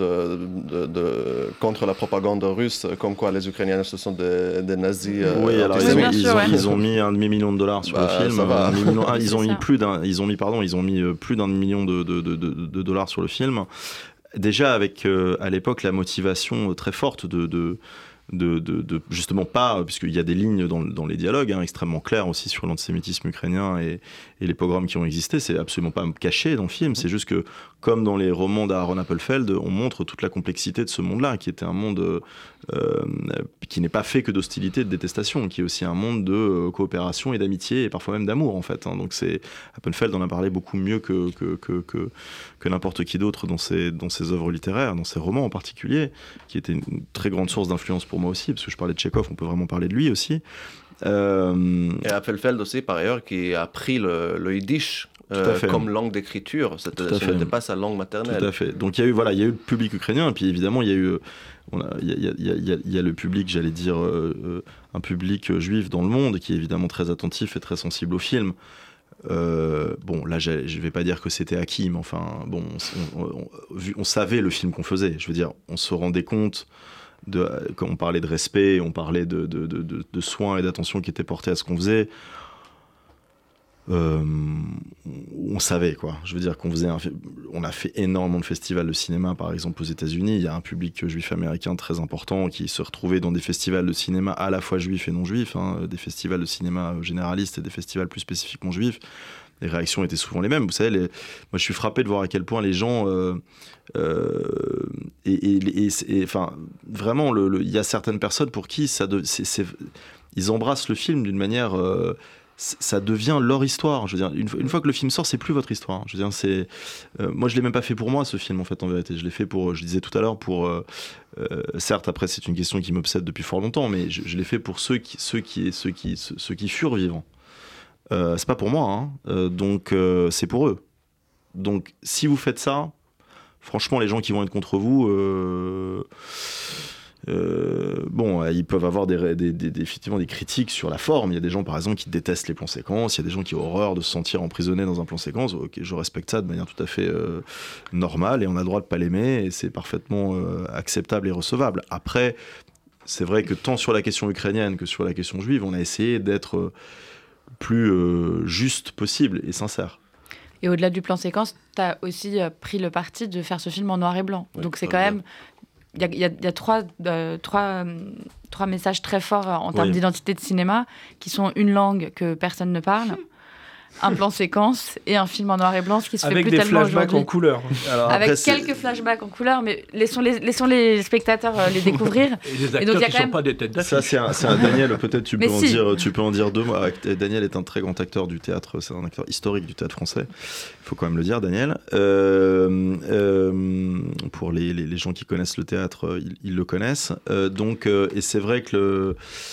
contre la propagande russe, comme quoi les Ukrainiens ce sont des nazis. Oui, alors ils ont mis $1 demi-million sur le film. Ils ont mis plus d'un million de dollars sur le film. Déjà avec à l'époque la motivation très forte de justement pas, puisqu'il y a des lignes dans les dialogues extrêmement claires aussi sur l'antisémitisme ukrainien et les pogroms qui ont existé, c'est absolument pas caché dans le film, c'est juste que comme dans les romans d'Aaron Appelfeld, on montre toute la complexité de ce monde-là, qui était un monde qui n'est pas fait que d'hostilité et de détestation, qui est aussi un monde de coopération et d'amitié et parfois même d'amour en fait. Donc Appelfeld en a parlé beaucoup mieux que n'importe qui d'autre dans ses œuvres littéraires, dans ses romans en particulier, qui était une très grande source d'influence pour moi aussi, parce que je parlais de Tchekhov, on peut vraiment parler de lui aussi. Et Appelfeld aussi, par ailleurs, qui a pris le yiddish comme langue d'écriture. Ce n'était pas sa langue maternelle. Tout à fait. Donc il y a eu le public ukrainien, et puis évidemment il y a eu il y a le public, j'allais dire un public juif dans le monde qui est évidemment très attentif et très sensible au film. Bon, là je vais pas dire que c'était acquis, mais enfin bon, on savait le film qu'on faisait. Je veux dire, on se rendait compte quand on parlait de respect, on parlait de soins et d'attention qui étaient portés à ce qu'on faisait. On savait quoi. Je veux dire on a fait énormément de festivals de cinéma, par exemple aux États-Unis. Il y a un public juif américain très important qui se retrouvait dans des festivals de cinéma à la fois juifs et non juifs, des festivals de cinéma généralistes et des festivals plus spécifiquement juifs. Les réactions étaient souvent les mêmes. Vous savez, moi je suis frappé de voir à quel point les gens enfin vraiment il y a certaines personnes pour qui ils embrassent le film d'une manière ça devient leur histoire. Je veux dire, une fois que le film sort, c'est plus votre histoire. Je veux dire, moi, je l'ai même pas fait pour moi, ce film, en fait, en vérité. Je l'ai fait je disais tout à l'heure, certes, après, c'est une question qui m'obsède depuis fort longtemps, mais je l'ai fait pour ceux qui furent vivants. C'est pas pour moi, donc c'est pour eux. Donc, si vous faites ça, franchement, les gens qui vont être contre vous... bon, ils peuvent avoir effectivement des critiques sur la forme. Il y a des gens, par exemple, qui détestent les plans séquences. Il y a des gens qui ont horreur de se sentir emprisonnés dans un plan séquence. Ok, je respecte ça de manière tout à fait normale et on a le droit de pas l'aimer et c'est parfaitement acceptable et recevable. Après, c'est vrai que tant sur la question ukrainienne que sur la question juive, on a essayé d'être le plus juste possible et sincère. Et au-delà du plan séquence, tu as aussi pris le parti de faire ce film en noir et blanc. Ouais, donc c'est quand même... Il y a trois messages très forts en termes d'identité de cinéma, qui sont une langue que personne ne parle, un plan séquence et un film en noir et blanc, ce qui se fait plus tellement aujourd'hui. Avec des flashbacks en couleur. Alors, avec quelques flashbacks en couleur, mais laissons les spectateurs les découvrir. Et les acteurs qui ne sont pas des têtes d'affiche. Ça, c'est un Daniel, peut-être tu peux en dire deux mots. Daniel est un très grand acteur du théâtre, c'est un acteur historique du théâtre français. Il faut quand même le dire, Daniel. Pour les gens qui connaissent le théâtre, ils le connaissent. Et c'est vrai que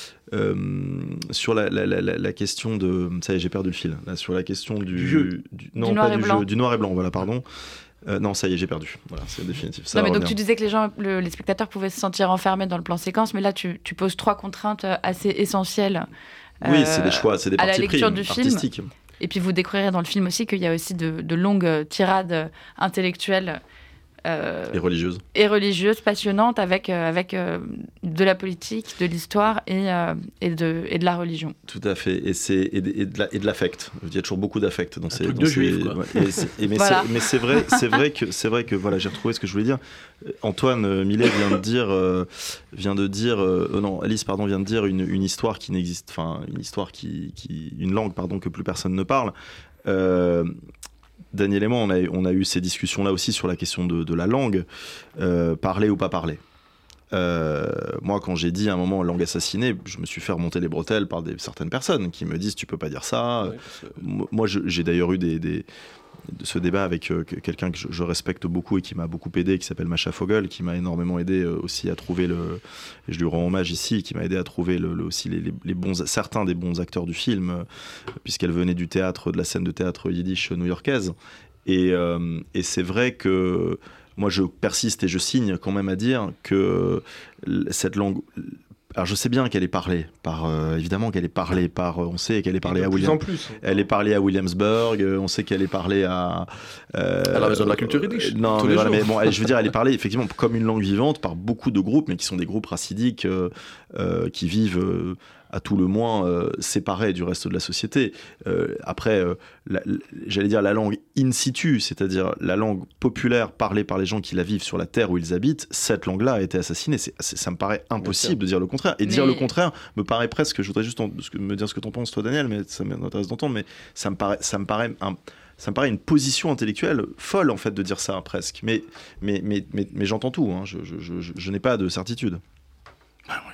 sur la question de... Ça y est, j'ai perdu le fil. Là, sur la question du noir et blanc, voilà, pardon. Non, ça y est, j'ai perdu. Voilà, c'est définitif. Ça non, mais donc tu disais que les spectateurs pouvaient se sentir enfermés dans le plan séquence, mais là, tu poses trois contraintes assez essentielles. Oui, c'est des choix, c'est des parties pris artistiques. Et puis vous découvrirez dans le film aussi qu'il y a aussi de longues tirades intellectuelles et religieuses passionnantes avec de la politique, de l'histoire et de la religion. Tout à fait, et de l'affect. Il y a toujours beaucoup d'affect dans ces juifs, quoi. Mais c'est vrai que voilà, j'ai retrouvé ce que je voulais dire. Antoine Millet vient de dire Alice vient de dire une histoire qui n'existe, enfin une langue que plus personne ne parle. Daniel et moi, on a eu ces discussions-là aussi sur la question de la langue, parler ou pas parler. Moi, quand j'ai dit à un moment langue assassinée, je me suis fait remonter les bretelles par certaines personnes qui me disent tu peux pas dire ça. Oui, moi, j'ai d'ailleurs eu ce débat avec quelqu'un que je respecte beaucoup et qui m'a beaucoup aidé, qui s'appelle Masha Fogel, qui m'a énormément aidé aussi à trouver et je lui rends hommage ici, qui m'a aidé à trouver aussi certains des bons acteurs du film, puisqu'elle venait du théâtre, de la scène de théâtre yiddish new-yorkaise. Et c'est vrai que moi je persiste et je signe quand même à dire que cette langue... Alors je sais bien qu'elle est parlée évidemment qu'elle est parlée par, on sait qu'elle est parlée elle est parlée à Williamsburg, on sait qu'elle est parlée à la Maison de la Culture Yiddish. Non, mais bon, je veux dire, elle est parlée effectivement comme une langue vivante par beaucoup de groupes, mais qui sont des groupes racidiques qui vivent à tout le moins séparés du reste de la société. Après, j'allais dire la langue in situ, c'est-à-dire la langue populaire parlée par les gens qui la vivent sur la terre où ils habitent, cette langue-là a été assassinée. Ça me paraît impossible de dire le contraire. Et dire le contraire me paraît presque, je voudrais juste me dire ce que t'en penses toi, Daniel, mais ça m'intéresse d'entendre, mais ça me paraît une position intellectuelle folle, en fait, de dire ça, presque. Mais j'entends tout, hein. Je n'ai pas de certitude. Moi, je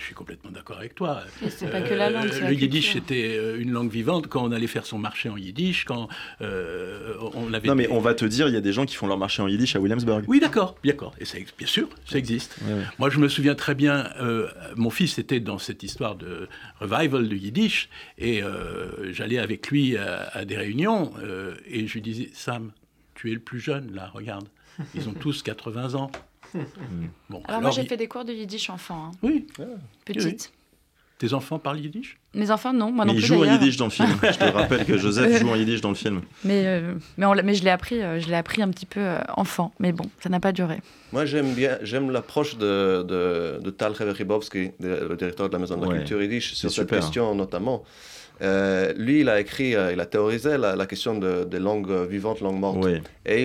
suis complètement d'accord avec toi. C'est pas que la langue, c'est la le yiddish, culture. c'était une langue vivante quand on allait faire son marché en yiddish, quand on avait... Non, mais on va te dire, il y a des gens qui font leur marché en yiddish à Williamsburg. Oui, d'accord. Et ça, bien sûr, ça existe. Ouais. Moi, je me souviens très bien, mon fils était dans cette histoire de revival du yiddish, et j'allais avec lui à des réunions, et je lui disais, Sam, tu es le plus jeune, là, regarde. Ils ont tous 80 ans. Bon, Alors moi, j'ai fait des cours de yiddish enfant, hein. Oui. Petite. Tes enfants parlent yiddish? Mes enfants, non, moi Mais non il plus joue en d'ailleurs. yiddish dans le film. Je te rappelle que Joseph joue en yiddish dans le film. Mais je l'ai appris un petit peu enfant. Mais bon, ça n'a pas duré. Moi, j'aime l'approche de Tal Rybowski, le directeur de la Maison de la Culture Yiddish, sur cette question notamment. Lui, il a théorisé la question des langues vivantes, langues mortes. Oui. Et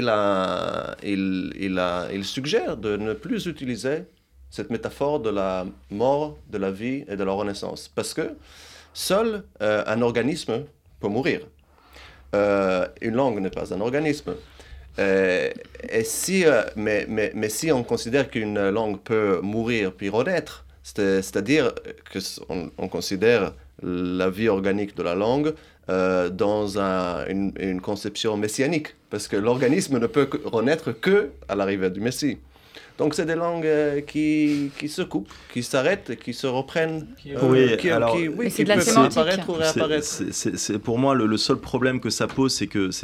il suggère de ne plus utiliser cette métaphore de la mort, de la vie et de la renaissance. Parce que seul un organisme peut mourir. Une langue n'est pas un organisme. Mais si on considère qu'une langue peut mourir puis renaître, c'est-à-dire qu'on considère la vie organique de la langue dans une conception messianique, parce que l'organisme ne peut renaître que à l'arrivée du Messie. Donc c'est des langues qui se coupent, qui s'arrêtent, qui se reprennent, c'est de la peuvent sémantique. apparaître ou réapparaître. C'est pour moi le seul problème que ça pose, c'est que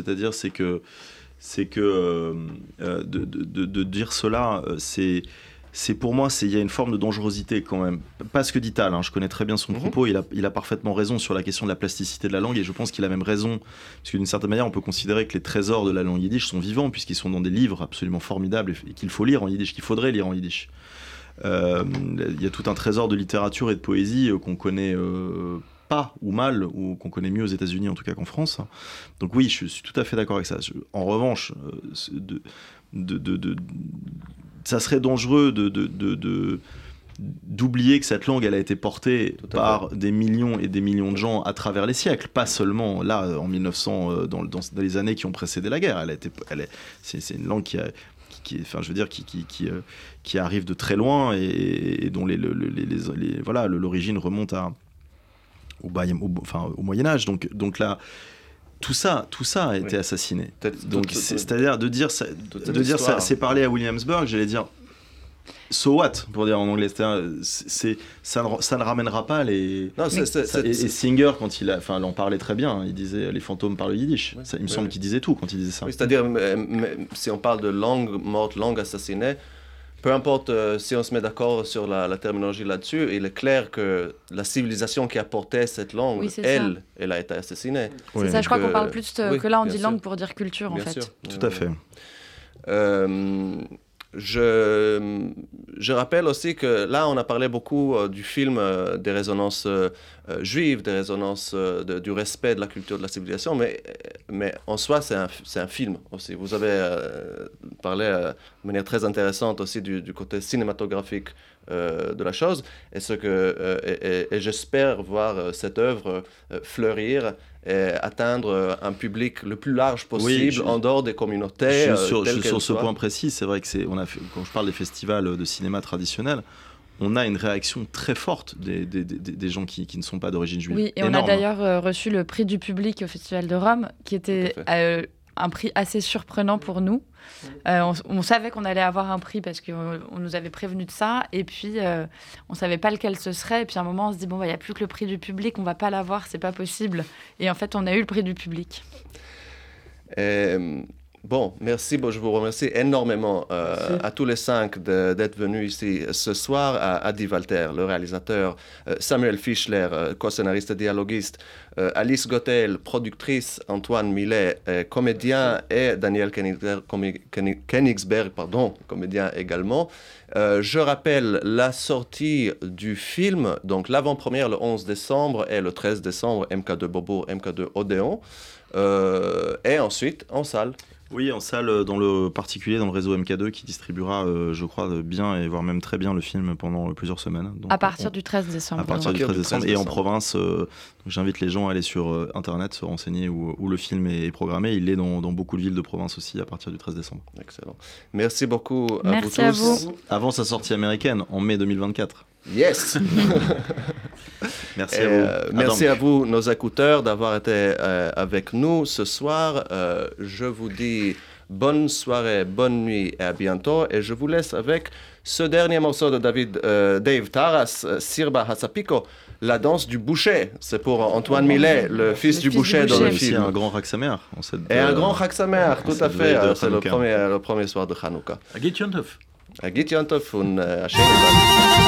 de dire cela, c'est pour moi, il y a une forme de dangerosité quand même. Pas ce que dit Tal, je connais très bien son propos, il a parfaitement raison sur la question de la plasticité de la langue, et je pense qu'il a même raison, parce que d'une certaine manière, on peut considérer que les trésors de la langue yiddish sont vivants, puisqu'ils sont dans des livres absolument formidables, et qu'il faut lire en yiddish, qu'il faudrait lire en yiddish. Il y a tout un trésor de littérature et de poésie qu'on connaît pas ou mal, ou qu'on connaît mieux aux États-Unis en tout cas qu'en France. Donc oui, je suis tout à fait d'accord avec ça. En revanche, ça serait dangereux d'oublier que cette langue, elle a été portée par des millions et des millions de gens à travers les siècles, pas seulement là en 1900, dans les années qui ont précédé la guerre. C'est une langue qui arrive de très loin et dont l'origine remonte au Moyen-Âge. Donc là, tout ça a été assassiné. Donc c'est-à-dire de dire ça, c'est parler à Williamsburg, j'allais dire so what, pour dire en anglais, ça ne ramènera pas les. Non, et Singer, quand il en parlait très bien, il disait les fantômes parlent yiddish. Il me semble qu'il disait tout quand il disait ça. Oui, c'est-à-dire si on parle de langue morte, langue assassinée, peu importe si on se met d'accord sur la terminologie là-dessus, il est clair que la civilisation qui a porté cette langue, elle a été assassinée. C'est ça, je crois qu'on parle plus que là on dit langue pour dire culture en fait. Sûr. Tout à fait. Je rappelle aussi que là, on a parlé beaucoup du film, des résonances juives, des résonances du respect de la culture de la civilisation, mais en soi, c'est un film aussi. Vous avez parlé de manière très intéressante aussi du côté cinématographique de la chose, et j'espère voir cette œuvre fleurir et atteindre un public le plus large possible en dehors des communautés. Sur ce point précis, c'est vrai que quand je parle des festivals de cinéma traditionnels, on a une réaction très forte des gens qui ne sont pas d'origine juive. Oui, et énorme. On a d'ailleurs reçu le prix du public au Festival de Rome, qui était un prix assez surprenant pour nous. On savait qu'on allait avoir un prix parce qu'on nous avait prévenu de ça, et puis on savait pas lequel ce serait, et puis à un moment on se dit il y a plus que le prix du public, on va pas l'avoir, c'est pas possible, et en fait on a eu le prix du public. Bon, merci, je vous remercie énormément à tous les 5 d'être venus ici ce soir, à Adi Walter, le réalisateur, Samuel Fischler, co-scénariste et dialoguiste, Alice Gottel, productrice, Antoine Millet, comédien, et Daniel Königsberg, comédien également. Je rappelle la sortie du film, donc l'avant-première le 11 décembre et le 13 décembre, MK2 Beaubourg, MK2 Odéon, et ensuite en salle. Oui, en salle, dans le particulier, dans le réseau MK2, qui distribuera, je crois, bien et voire même très bien le film pendant plusieurs semaines. Donc, à partir du 13 décembre. À partir du 13 décembre. Et en province, j'invite les gens à aller sur Internet, se renseigner où le film est programmé. Il est dans beaucoup de villes de province aussi à partir du 13 décembre. Excellent. Merci beaucoup à Merci vous tous. à vous. Avant sa sortie américaine, en mai 2024. Yes. Merci à vous. Merci à vous, nos écouteurs, d'avoir été avec nous ce soir. Je vous dis bonne soirée, bonne nuit et à bientôt. Et je vous laisse avec ce dernier morceau de Dave Taras, Sirba Hasapiko, la danse du boucher. C'est pour Antoine Millet, le fils du boucher dans le film. Et un grand Chag Sameach. Et un grand Chag Sameach, tout à fait. C'est le premier soir de Hanouka. Agit Yontov. Agit Yontov und Hashem.